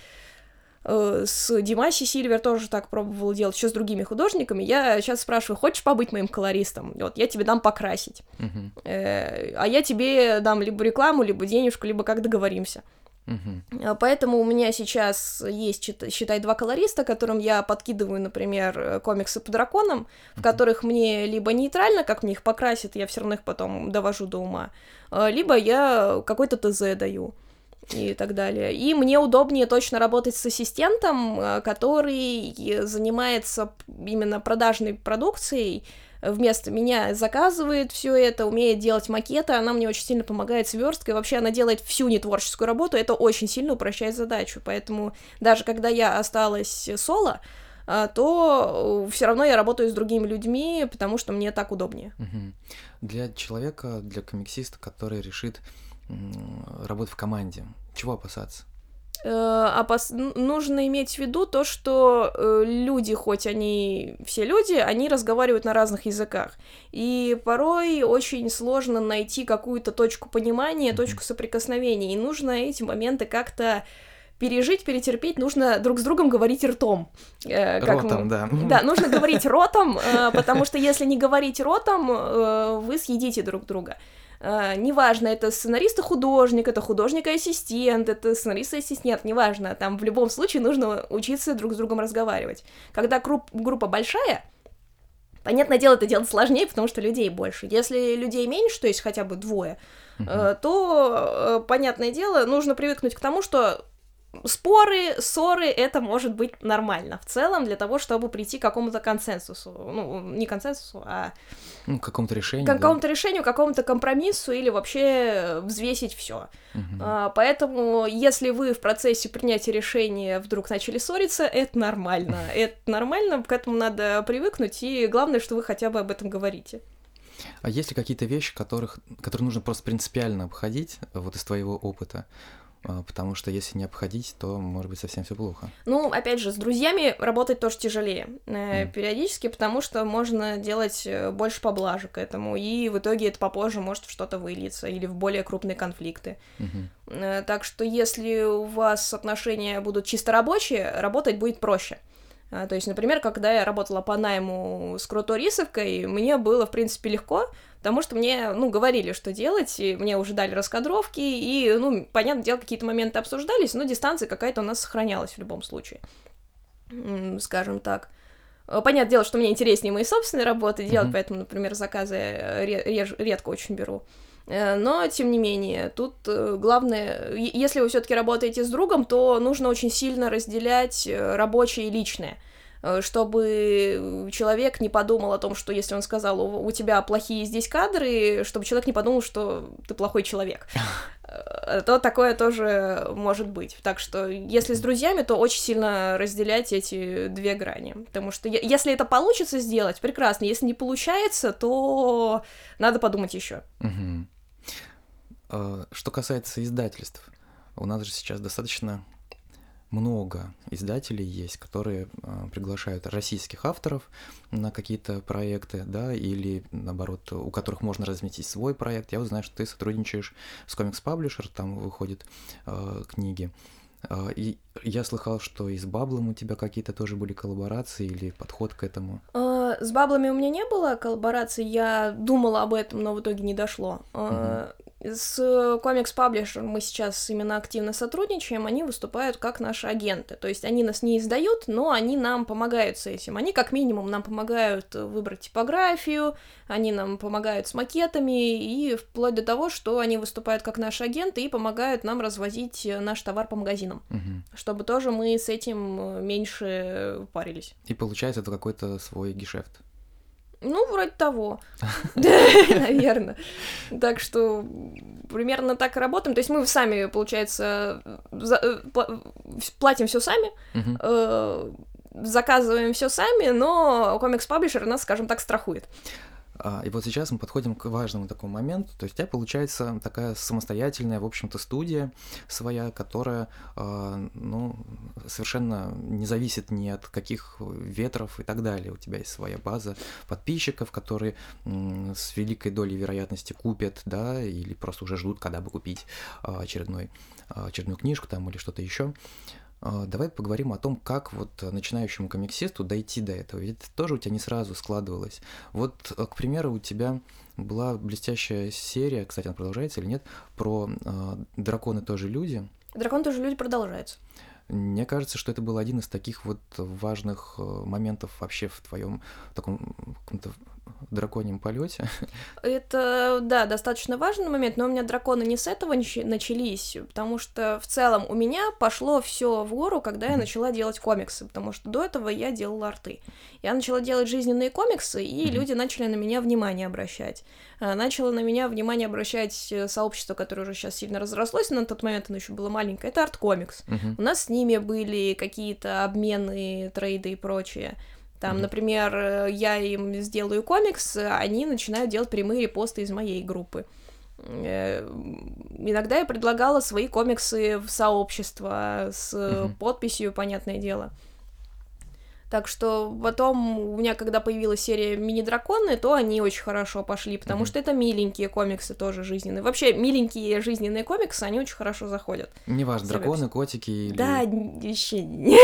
с Димаси Сильвер тоже так пробовала делать, еще с другими художниками. Я сейчас спрашиваю, хочешь побыть моим колористом? Вот, я тебе дам покрасить. Uh-huh. Э, а я тебе дам либо рекламу, либо денежку, либо как договоримся. Uh-huh. Поэтому у меня сейчас есть, считай, два колориста, которым я подкидываю, например, комиксы по драконам, uh-huh. в которых мне либо нейтрально, как мне их покрасят, я все равно их потом довожу до ума, либо я какой-то ТЗ даю. И так далее. И мне удобнее точно работать с ассистентом, который занимается именно продажной продукцией, вместо меня заказывает все это, умеет делать макеты, она мне очень сильно помогает с версткой, вообще она делает всю нетворческую работу, это очень сильно упрощает задачу, поэтому даже когда я осталась соло, то все равно я работаю с другими людьми, потому что мне так удобнее. Угу. Для человека, для комиксиста, который решит работать в команде, чего опасаться? Опас... Нужно иметь в виду то, что люди, хоть они все люди, они разговаривают на разных языках. И порой очень сложно найти какую-то точку понимания, mm-hmm. точку соприкосновения. И нужно эти моменты как-то пережить, перетерпеть, нужно друг с другом говорить ртом. Э, как ротом, мы... да. Да, нужно говорить ротом, потому что если не говорить ротом, вы съедите друг друга. Uh, неважно, это сценарист и художник, это художник и ассистент, это сценарист и ассистент, неважно, там в любом случае нужно учиться друг с другом разговаривать. Когда групп, группа большая, понятное дело, это делать сложнее, потому что людей больше. Если людей меньше, то есть хотя бы двое, uh-huh. uh, то, uh, понятное дело, нужно привыкнуть к тому, что споры, ссоры, это может быть нормально в целом для того, чтобы прийти к какому-то консенсусу. Ну, не консенсусу, а... Ну, к какому-то решению. К какому-то да? решению, к какому-то компромиссу или вообще взвесить все. Uh-huh. А, поэтому, если вы в процессе принятия решения вдруг начали ссориться, это нормально. Это нормально, к этому надо привыкнуть, и главное, что вы хотя бы об этом говорите. А есть ли какие-то вещи, которых, которые нужно просто принципиально обходить, вот из твоего опыта? Потому что если не обходить, то может быть совсем все плохо. Ну, опять же, с друзьями работать тоже тяжелее mm. периодически, потому что можно делать больше поблажек к этому, и в итоге это попозже может в что-то выльется или в более крупные конфликты. Mm-hmm. Так что если у вас отношения будут чисто рабочие, работать будет проще. То есть, например, когда я работала по найму с крутой рисовкой, мне было, в принципе, легко, потому что мне, ну, говорили, что делать, и мне уже дали раскадровки, и, ну, понятное дело, какие-то моменты обсуждались, но дистанция какая-то у нас сохранялась в любом случае, скажем так. Понятное дело, что мне интереснее мои собственные работы делать, mm-hmm. поэтому, например, заказы реж- редко очень беру. Но, тем не менее, тут главное, если вы все-таки работаете с другом, то нужно очень сильно разделять рабочее и личное, чтобы человек не подумал о том, что если он сказал, у тебя плохие здесь кадры, чтобы человек не подумал, что ты плохой человек. То такое тоже может быть. Так что, если с друзьями, то очень сильно разделять эти две грани. Потому что если это получится сделать, прекрасно. Если не получается, то надо подумать еще. Угу. Что касается издательств, у нас же сейчас достаточно много издателей есть, которые приглашают российских авторов на какие-то проекты, да, или, наоборот, у которых можно разместить свой проект. Я вот знаю, что ты сотрудничаешь с Comics Publisher, там выходят э, книги. Э, и я слыхал, что и с Баблом у тебя какие-то тоже были коллаборации или подход к этому. С Баблами у меня не было коллабораций, я думала об этом, но в итоге не дошло. Uh-huh. С комикс-паблишером мы сейчас именно активно сотрудничаем, они выступают как наши агенты, то есть они нас не издают, но они нам помогают с этим, они как минимум нам помогают выбрать типографию, они нам помогают с макетами, и вплоть до того, что они выступают как наши агенты и помогают нам развозить наш товар по магазинам, угу. чтобы тоже мы с этим меньше парились. И получается, это какой-то свой гешефт. Ну, вроде того, наверное. Так что примерно так и работаем. То есть мы сами, получается, платим все сами, заказываем все сами, но комикс-паблишер нас, скажем так, страхует. И вот сейчас мы подходим к важному такому моменту. То есть у тебя получается такая самостоятельная, в общем-то, студия своя, которая, ну, совершенно не зависит ни от каких ветров и так далее. У тебя есть своя база подписчиков, которые с великой долей вероятности купят, да, или просто уже ждут, когда бы купить очередной, очередную книжку там или что-то еще. Давай поговорим о том, как вот начинающему комиксисту дойти до этого. Ведь это тоже у тебя не сразу складывалось. Вот, к примеру, у тебя была блестящая серия, кстати, она продолжается или нет, про э, «Драконы тоже люди». «Драконы тоже люди» продолжается. Мне кажется, что это был один из таких вот важных моментов вообще в твоем таком каком-то драконьем полете. Это, да, достаточно важный момент, но у меня драконы не с этого начались, потому что в целом у меня пошло все в гору, когда я начала делать комиксы, потому что до этого я делала арты. Я начала делать жизненные комиксы, и mm-hmm. люди начали на меня внимание обращать. Начало на меня внимание обращать сообщество, которое уже сейчас сильно разрослось, но на тот момент оно еще было маленькое, это арт-комикс. Mm-hmm. У нас с ними были какие-то обмены, трейды и прочее. Там, mm-hmm. например, я им сделаю комикс, они начинают делать прямые репосты из моей группы. Иногда я предлагала свои комиксы в сообщество с mm-hmm. подписью, понятное дело. Так что потом у меня, когда появилась серия «Мини-драконы», то они очень хорошо пошли, потому mm-hmm. что это миленькие комиксы тоже жизненные. Вообще, миленькие жизненные комиксы, они очень хорошо заходят. Неважно, драконы, котики или... Да, вообще...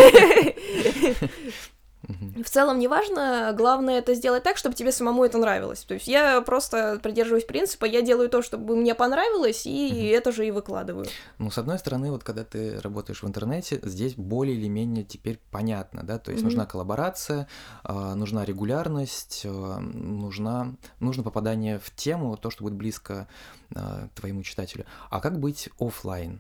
В целом, неважно, главное это сделать так, чтобы тебе самому это нравилось. То есть я просто придерживаюсь принципа, я делаю то, чтобы мне понравилось, и uh-huh. это же и выкладываю. Ну, с одной стороны, вот когда ты работаешь в интернете, здесь более или менее теперь понятно, да, то есть uh-huh. нужна коллаборация, нужна регулярность, нужна, нужно попадание в тему, то, что будет близко твоему читателю. А как быть офлайн?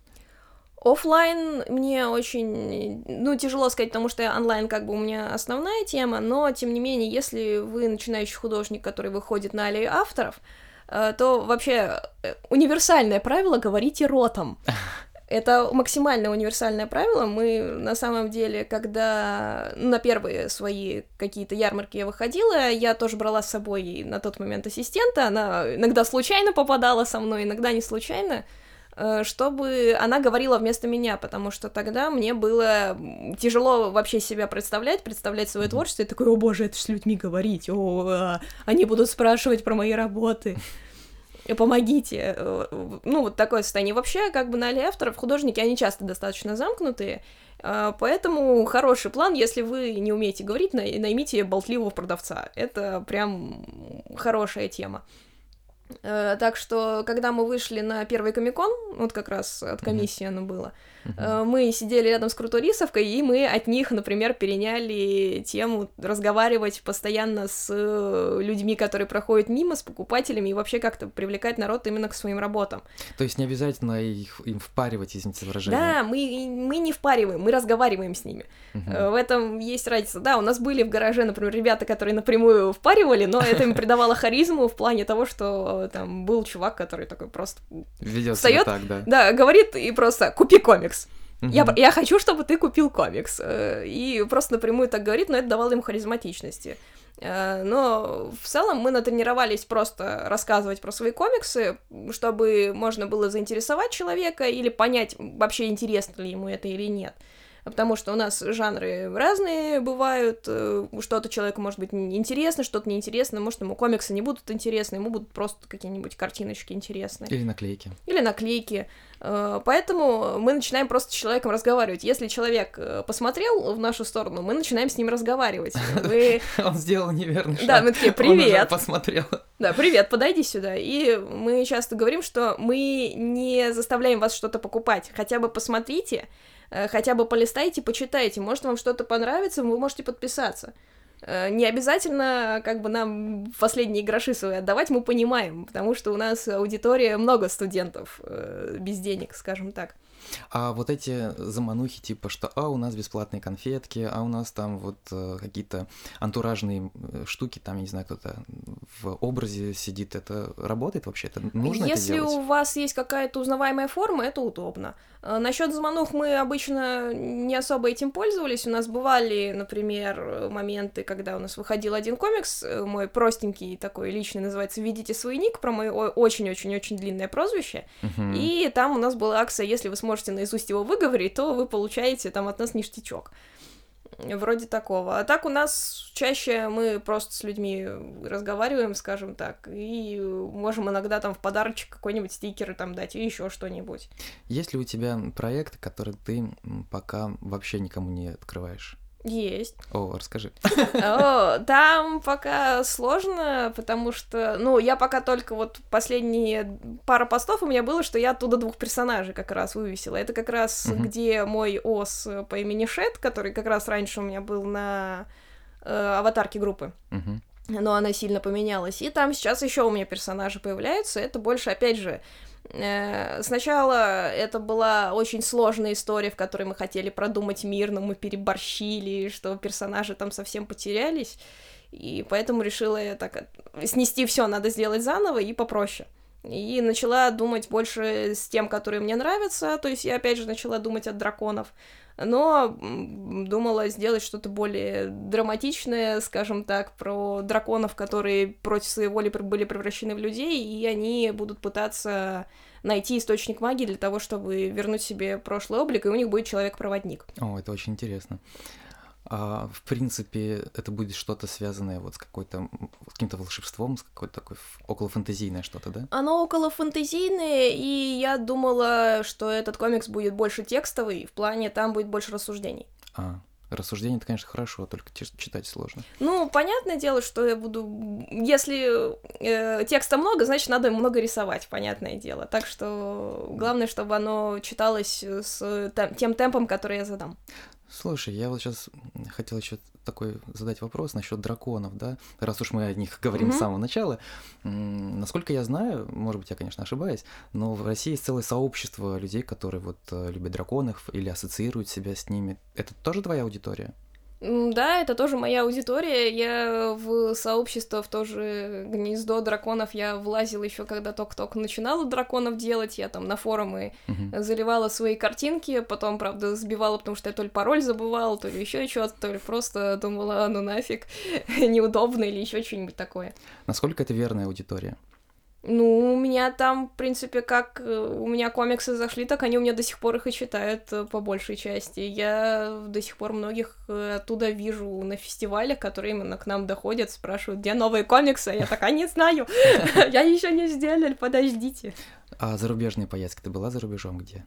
Оффлайн мне очень, ну, тяжело сказать, потому что онлайн как бы у меня основная тема, но, тем не менее, если вы начинающий художник, который выходит на аллею авторов, то вообще универсальное правило — говорите ротом. Это максимально универсальное правило. Мы, на самом деле, когда на первые свои какие-то ярмарки я выходила, я тоже брала с собой на тот момент ассистента, она иногда случайно попадала со мной, иногда не случайно, чтобы она говорила вместо меня, потому что тогда мне было тяжело вообще себя представлять, представлять свое творчество, и такой: о боже, это ж с людьми говорить, о, они будут спрашивать про мои работы, помогите. Ну, вот такое состояние. Вообще, как бы на аллее авторов художники, они часто достаточно замкнутые, поэтому хороший план, если вы не умеете говорить, наймите болтливого продавца. Это прям хорошая тема. Так что, когда мы вышли на первый комик-кон, вот как раз от комиссии uh-huh. оно было, uh-huh. мы сидели рядом с Крутой Рисовкой, и мы от них, например, переняли тему разговаривать постоянно с людьми, которые проходят мимо, с покупателями, и вообще как-то привлекать народ именно к своим работам. То есть не обязательно их, им впаривать, извините за выражение. Да, мы, мы не впариваем, мы разговариваем с ними. Uh-huh. В этом есть разница. Да, у нас были в гараже, например, ребята, которые напрямую впаривали, но это им придавало харизму в плане того, что там был чувак, который такой просто ведёт встаёт, себя так, да. Да, говорит и просто: купи комикс. Uh-huh. Я, я хочу, чтобы ты купил комикс. И просто напрямую так говорит, но это давало ему харизматичности. Но в целом мы натренировались просто рассказывать про свои комиксы, чтобы можно было заинтересовать человека или понять, вообще интересно ли ему это или нет. потому что у нас жанры разные бывают, что-то человеку может быть интересно, что-то неинтересно, может, ему комиксы не будут интересны, ему будут просто какие-нибудь картиночки интересные. Или наклейки. Или наклейки. Поэтому мы начинаем просто с человеком разговаривать. Если человек посмотрел в нашу сторону, мы начинаем с ним разговаривать. Вы... Он сделал неверный шаг. Да, мы такие, привет. Он уже посмотрел. Да, привет, подойди сюда. И мы часто говорим, что мы не заставляем вас что-то покупать. Хотя бы посмотрите, хотя бы полистайте, почитайте. Может, вам что-то понравится, вы можете подписаться. Не обязательно как бы нам последние гроши свои отдавать, мы понимаем, потому что у нас аудитория много студентов э, без денег, скажем так. А вот эти заманухи типа, что а у нас бесплатные конфетки, а у нас там вот э, какие-то антуражные штуки, там, я не знаю, кто-то в образе сидит, это работает вообще? Это нужно Если это делать? у вас есть какая-то узнаваемая форма, это удобно. Насчет заманух мы обычно не особо этим пользовались. У нас бывали, например, моменты, когда у нас выходил один комикс, мой простенький такой личный, называется «Введите свой ник», про мое очень-очень-очень длинное прозвище. Uh-huh. И там у нас была акция, если вы сможете наизусть его выговорить, то вы получаете там от нас ништячок. Вроде такого. А так у нас чаще мы просто с людьми разговариваем, скажем так, и можем иногда там в подарочек какой-нибудь стикер там дать и еще что-нибудь. Есть ли у тебя проект, который ты пока вообще никому не открываешь? Есть. О, расскажи. О, там пока сложно, потому что, ну, я пока только вот последние пара постов у меня было, что я оттуда двух персонажей как раз вывесила. Это как раз uh-huh. где мой ос по имени Шет, который как раз раньше у меня был на э, аватарке группы. Uh-huh. Но она сильно поменялась. И там сейчас еще у меня персонажи появляются. Это больше, опять же, э, сначала это была очень сложная история, в которой мы хотели продумать мир, но мы переборщили, что персонажи там совсем потерялись. И поэтому решила я так снести все, надо сделать заново и попроще. И начала думать больше с тем, которые мне нравятся. То есть я опять же начала думать от драконов. Но думала сделать что-то более драматичное, скажем так, про драконов, которые против своей воли были превращены в людей, и они будут пытаться найти источник магии для того, чтобы вернуть себе прошлый облик, и у них будет человек-проводник. О, это очень интересно. А, в принципе, это будет что-то связанное вот с какой-то, с каким-то волшебством, с какой-то такой околофэнтезийное что-то, да? Оно околофэнтезийное, и я думала, что этот комикс будет больше текстовый, в плане там будет больше рассуждений. А, рассуждение, это, конечно, хорошо, только читать сложно. Ну, понятное дело, что я буду... Если э, текста много, значит, надо много рисовать, понятное дело. Так что главное, чтобы оно читалось с тем темпом, который я задам. Слушай, я вот сейчас хотел еще такой задать вопрос насчет драконов, да, раз уж мы о них говорим mm-hmm. с самого начала. М- насколько я знаю, может быть, я, конечно, ошибаюсь, но в России есть целое сообщество людей, которые вот любят драконов или ассоциируют себя с ними. Это тоже твоя аудитория? Да, это тоже моя аудитория. Я в сообщество, в то же гнездо драконов я влазила еще когда только-только начинала драконов делать. Я там на форумы uh-huh. заливала свои картинки, потом, правда, сбивала, потому что я то ли пароль забывала, то ли еще что-то, то ли просто думала, ну нафиг, неудобно или еще что-нибудь такое. Насколько это верная аудитория? Ну, у меня там, в принципе, как у меня комиксы зашли, так они у меня до сих пор их и читают по большей части. Я до сих пор многих оттуда вижу на фестивалях, которые именно к нам доходят, спрашивают, где новые комиксы, я такая, не знаю, я еще не сделали, подождите. А зарубежные поездки, ты была за рубежом где?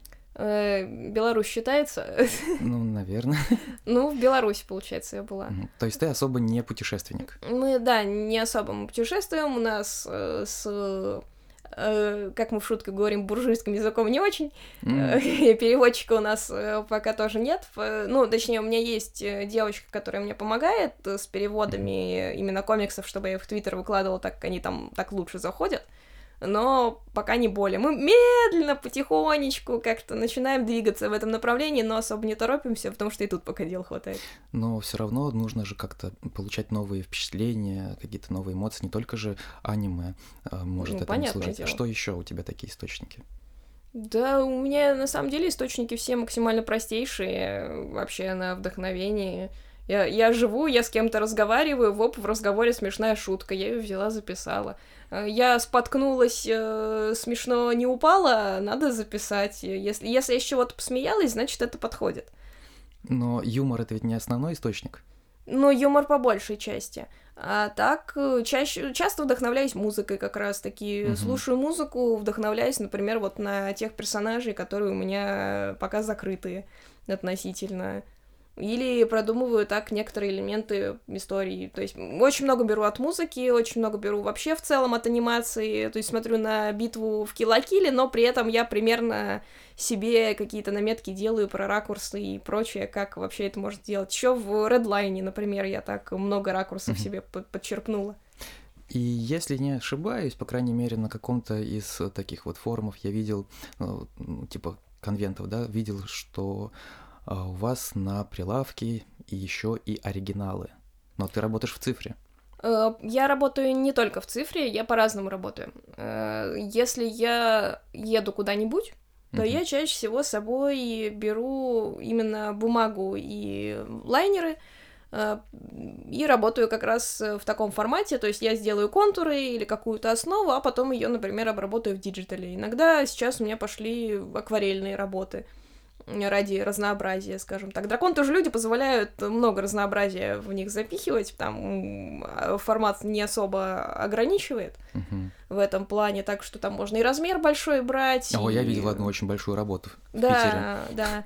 Беларусь считается? Ну, наверное. Ну, в Беларуси, получается, я была. То есть ты особо не путешественник? Мы, да, не особо мы путешествуем. У нас э, с, э, как мы в шутку говорим, буржуйским языком не очень. Mm. Переводчика у нас э, пока тоже нет. Ну, точнее, у меня есть девочка, которая мне помогает с переводами mm. именно комиксов, чтобы я их в Твиттер выкладывала, так как они там так лучше заходят. Но пока не более. Мы медленно, потихонечку как-то начинаем двигаться в этом направлении, но особо не торопимся, потому что и тут пока дел хватает. Но все равно нужно же как-то получать новые впечатления, какие-то новые эмоции, не только же аниме может ну, этому служить. Дело. Что еще у тебя такие источники? Да, у меня на самом деле источники все максимально простейшие, вообще на вдохновении. Я, я живу, я с кем-то разговариваю, в оп, в разговоре смешная шутка, я ее взяла, записала. Я споткнулась, э, смешно не упала, надо записать. Если, если я с чего-то посмеялась, значит, это подходит. Но юмор — это ведь не основной источник. Ну, юмор по большей части. А так, чаще, часто вдохновляюсь музыкой как раз-таки. Мгм. Слушаю музыку, вдохновляюсь, например, вот на тех персонажей, которые у меня пока закрытые относительно. Или продумываю так некоторые элементы истории. То есть очень много беру от музыки, очень много беру вообще в целом от анимации. То есть смотрю на битву в Kill la Kill, но при этом я примерно себе какие-то наметки делаю про ракурсы и прочее, как вообще это можно делать. Еще в Redline, например, я так много ракурсов Мгм. себе под- подчерпнула. И если не ошибаюсь, по крайней мере, на каком-то из таких вот форумов я видел, ну, ну, типа конвентов, да, видел, что а, у вас на прилавке еще и оригиналы. Но ты работаешь в цифре. Э, Я работаю не только в цифре, я по-разному работаю. Э, Если я еду куда-нибудь, то Мгм. я чаще всего с собой беру именно бумагу и лайнеры э, и работаю как раз э, в таком формате, то есть я сделаю контуры или какую-то основу, а потом ее, например, обработаю в диджитале. Иногда сейчас у меня пошли акварельные работы ради разнообразия, скажем так. Дракон тоже люди позволяют много разнообразия в них запихивать, там м, формат не особо ограничивает Мгм. в этом плане, так что там можно и размер большой брать. О, я и- видел одну очень большую работу в Питере. Да, да.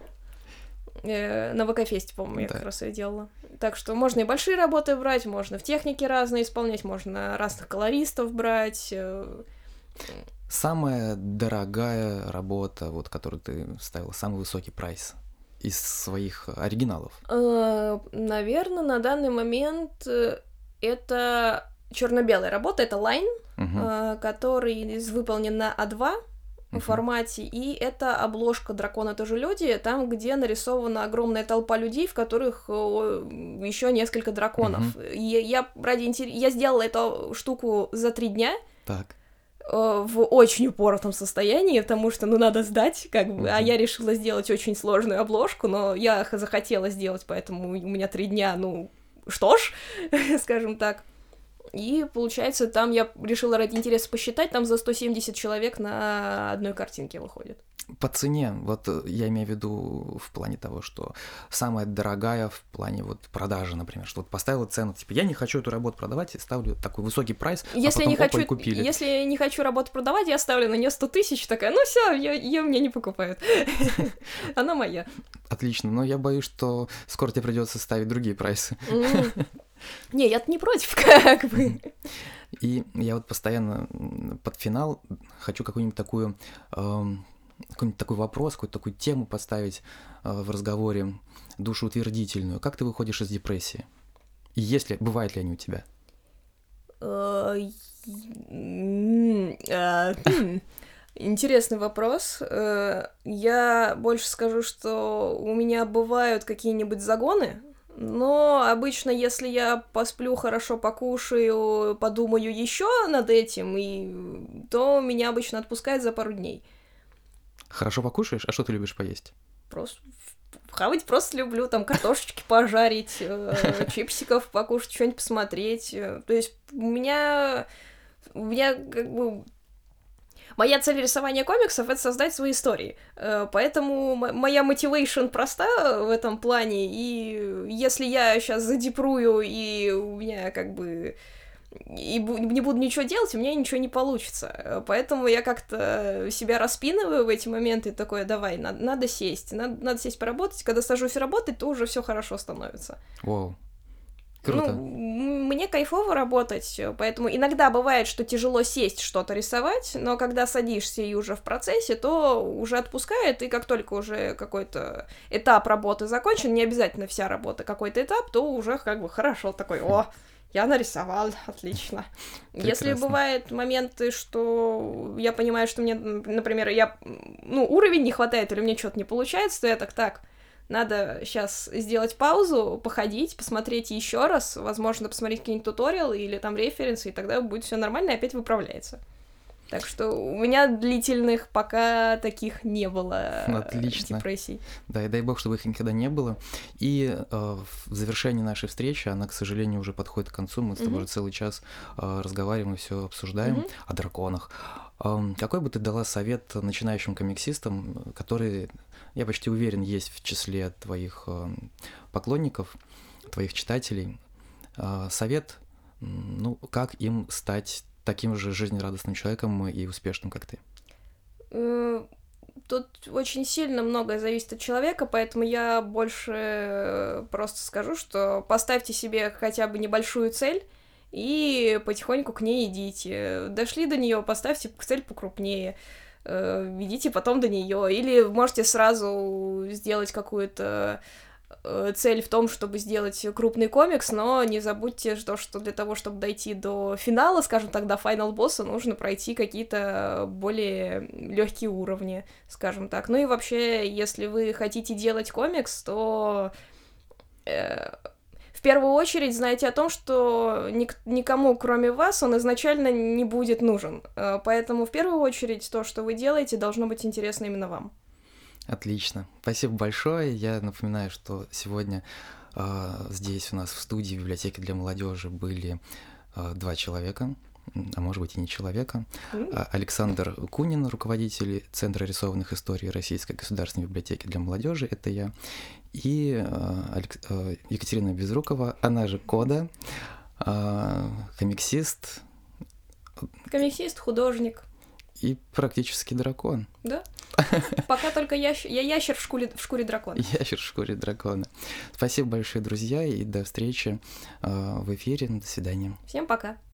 Э, На ВК-фесте, по-моему, я Да. как раз ее делала. Так что можно и большие работы брать, можно в технике разные исполнять, можно разных колористов брать. э, Самая дорогая работа, вот, которую ты ставила, самый высокий прайс из своих оригиналов. Наверное, на данный момент э, это черно-белая работа, это лайн, Мгм. э, который из- выполнен на а два Мгм. формате, и это обложка «Дракона тоже люди», там, где нарисована огромная толпа людей, в которых еще несколько драконов. И я ради интер- я сделала эту штуку за три дня, Так. э, в очень упоротом состоянии, потому что, ну, надо сдать, как бы, а Мгм. я решила сделать очень сложную обложку, но я х- захотела сделать, поэтому у меня три дня, ну, что ж, скажем так. И, получается, там я решила ради интереса посчитать, там за сто семьдесят человек на одной картинке выходит. По цене, вот э, я имею в виду в плане того, что самая дорогая в плане вот продажи, например, что вот поставила цену, типа, я не хочу эту работу продавать, и ставлю такой высокий прайс, а Если потом не опа, хочу, и купили. если я не хочу работу продавать, я ставлю на нее сто тысяч, такая, ну все, ее мне не покупают. Она моя. Отлично, но я боюсь, что скоро тебе придется ставить другие прайсы. М. Не, я-то не против, как бы. И я вот постоянно м, под финал хочу какую-нибудь такую, эм, какой-нибудь такой вопрос, какую-то такую тему поставить э, в разговоре, душеутвердительную. Как ты выходишь из депрессии? И если, бывают ли они у тебя? Э, м, а, хм. Интересный вопрос. Э, Я больше скажу, что у меня бывают какие-нибудь загоны, но обычно, если я посплю, хорошо покушаю, подумаю еще над этим, и то меня обычно отпускает за пару дней. Хорошо покушаешь? А что ты любишь поесть? Просто хавать просто люблю, там картошечки пожарить, э, чипсиков покушать, что-нибудь посмотреть. э. То есть у меня, у меня как бы моя цель рисования комиксов — это создать свои истории. Э, Поэтому м- моя мотивейшн проста в этом плане, и если я сейчас задепрую, и у меня как бы и бу- не буду ничего делать, у меня ничего не получится. Э, Поэтому я как-то себя распинываю в эти моменты, и такое, давай, надо, надо сесть, надо, надо сесть поработать. Когда сажусь работать, то уже все хорошо становится. Вау, круто. Ну, м- мне кайфово работать, поэтому иногда бывает, что тяжело сесть что-то рисовать, но когда садишься и уже в процессе, то уже отпускает, и как только уже какой-то этап работы закончен, не обязательно вся работа, какой-то этап, то уже как бы хорошо, такой, о, я нарисовал, отлично. Если Прекрасно. бывают моменты, что я понимаю, что мне, например, я, ну, уровень не хватает, или мне что-то не получается, то я так, так, надо сейчас сделать паузу, походить, посмотреть еще раз, возможно, посмотреть какие-нибудь туториалы или там референсы, и тогда будет все нормально и опять выправляется. Так что у меня длительных пока таких не было Отлично. депрессий. Да, и дай бог, чтобы их никогда не было. И э, в завершении нашей встречи, она, к сожалению, уже подходит к концу, мы с тобой Мгм. уже целый час э, разговариваем и все обсуждаем Мгм. о драконах. Эм, какой бы ты дала совет начинающим комиксистам, которые, я почти уверен, есть в числе твоих э, поклонников, твоих читателей? Э, совет, м, ну, как им стать таким же жизнерадостным человеком и успешным, как ты? Э, Тут очень сильно многое зависит от человека, поэтому я больше э, просто скажу, что поставьте себе хотя бы небольшую цель и потихоньку к ней идите. Дошли до нее, поставьте цель покрупнее, э, идите потом до нее. Или можете сразу сделать какую-то э, цель в том, чтобы сделать крупный комикс, но не забудьте, что, что для того, чтобы дойти до финала, скажем так, до финал босса, нужно пройти какие-то более легкие уровни, скажем так. Ну и вообще, если вы хотите делать комикс, то э, в первую очередь знайте о том, что ник- никому, кроме вас, он изначально не будет нужен. Э, Поэтому в первую очередь то, что вы делаете, должно быть интересно именно вам. Отлично. Спасибо большое. Я напоминаю, что сегодня э, здесь у нас в студии библиотеки для молодежи были э, два человека, м, а может быть и не человека. М. А- Александр Кунин, руководитель Центра рисованных историй Российской государственной библиотеки для молодежи, это я, и э, Алекс- э, Екатерина Безрукова, она же Кода, э, комиксист Комиксист, художник. и практически дракон. Да? Пока только ящ... я ящер в шкуре, в шкуре дракона. Ящер в шкуре дракона. Спасибо большое, друзья, и до встречи э, в эфире. До свидания. Всем пока.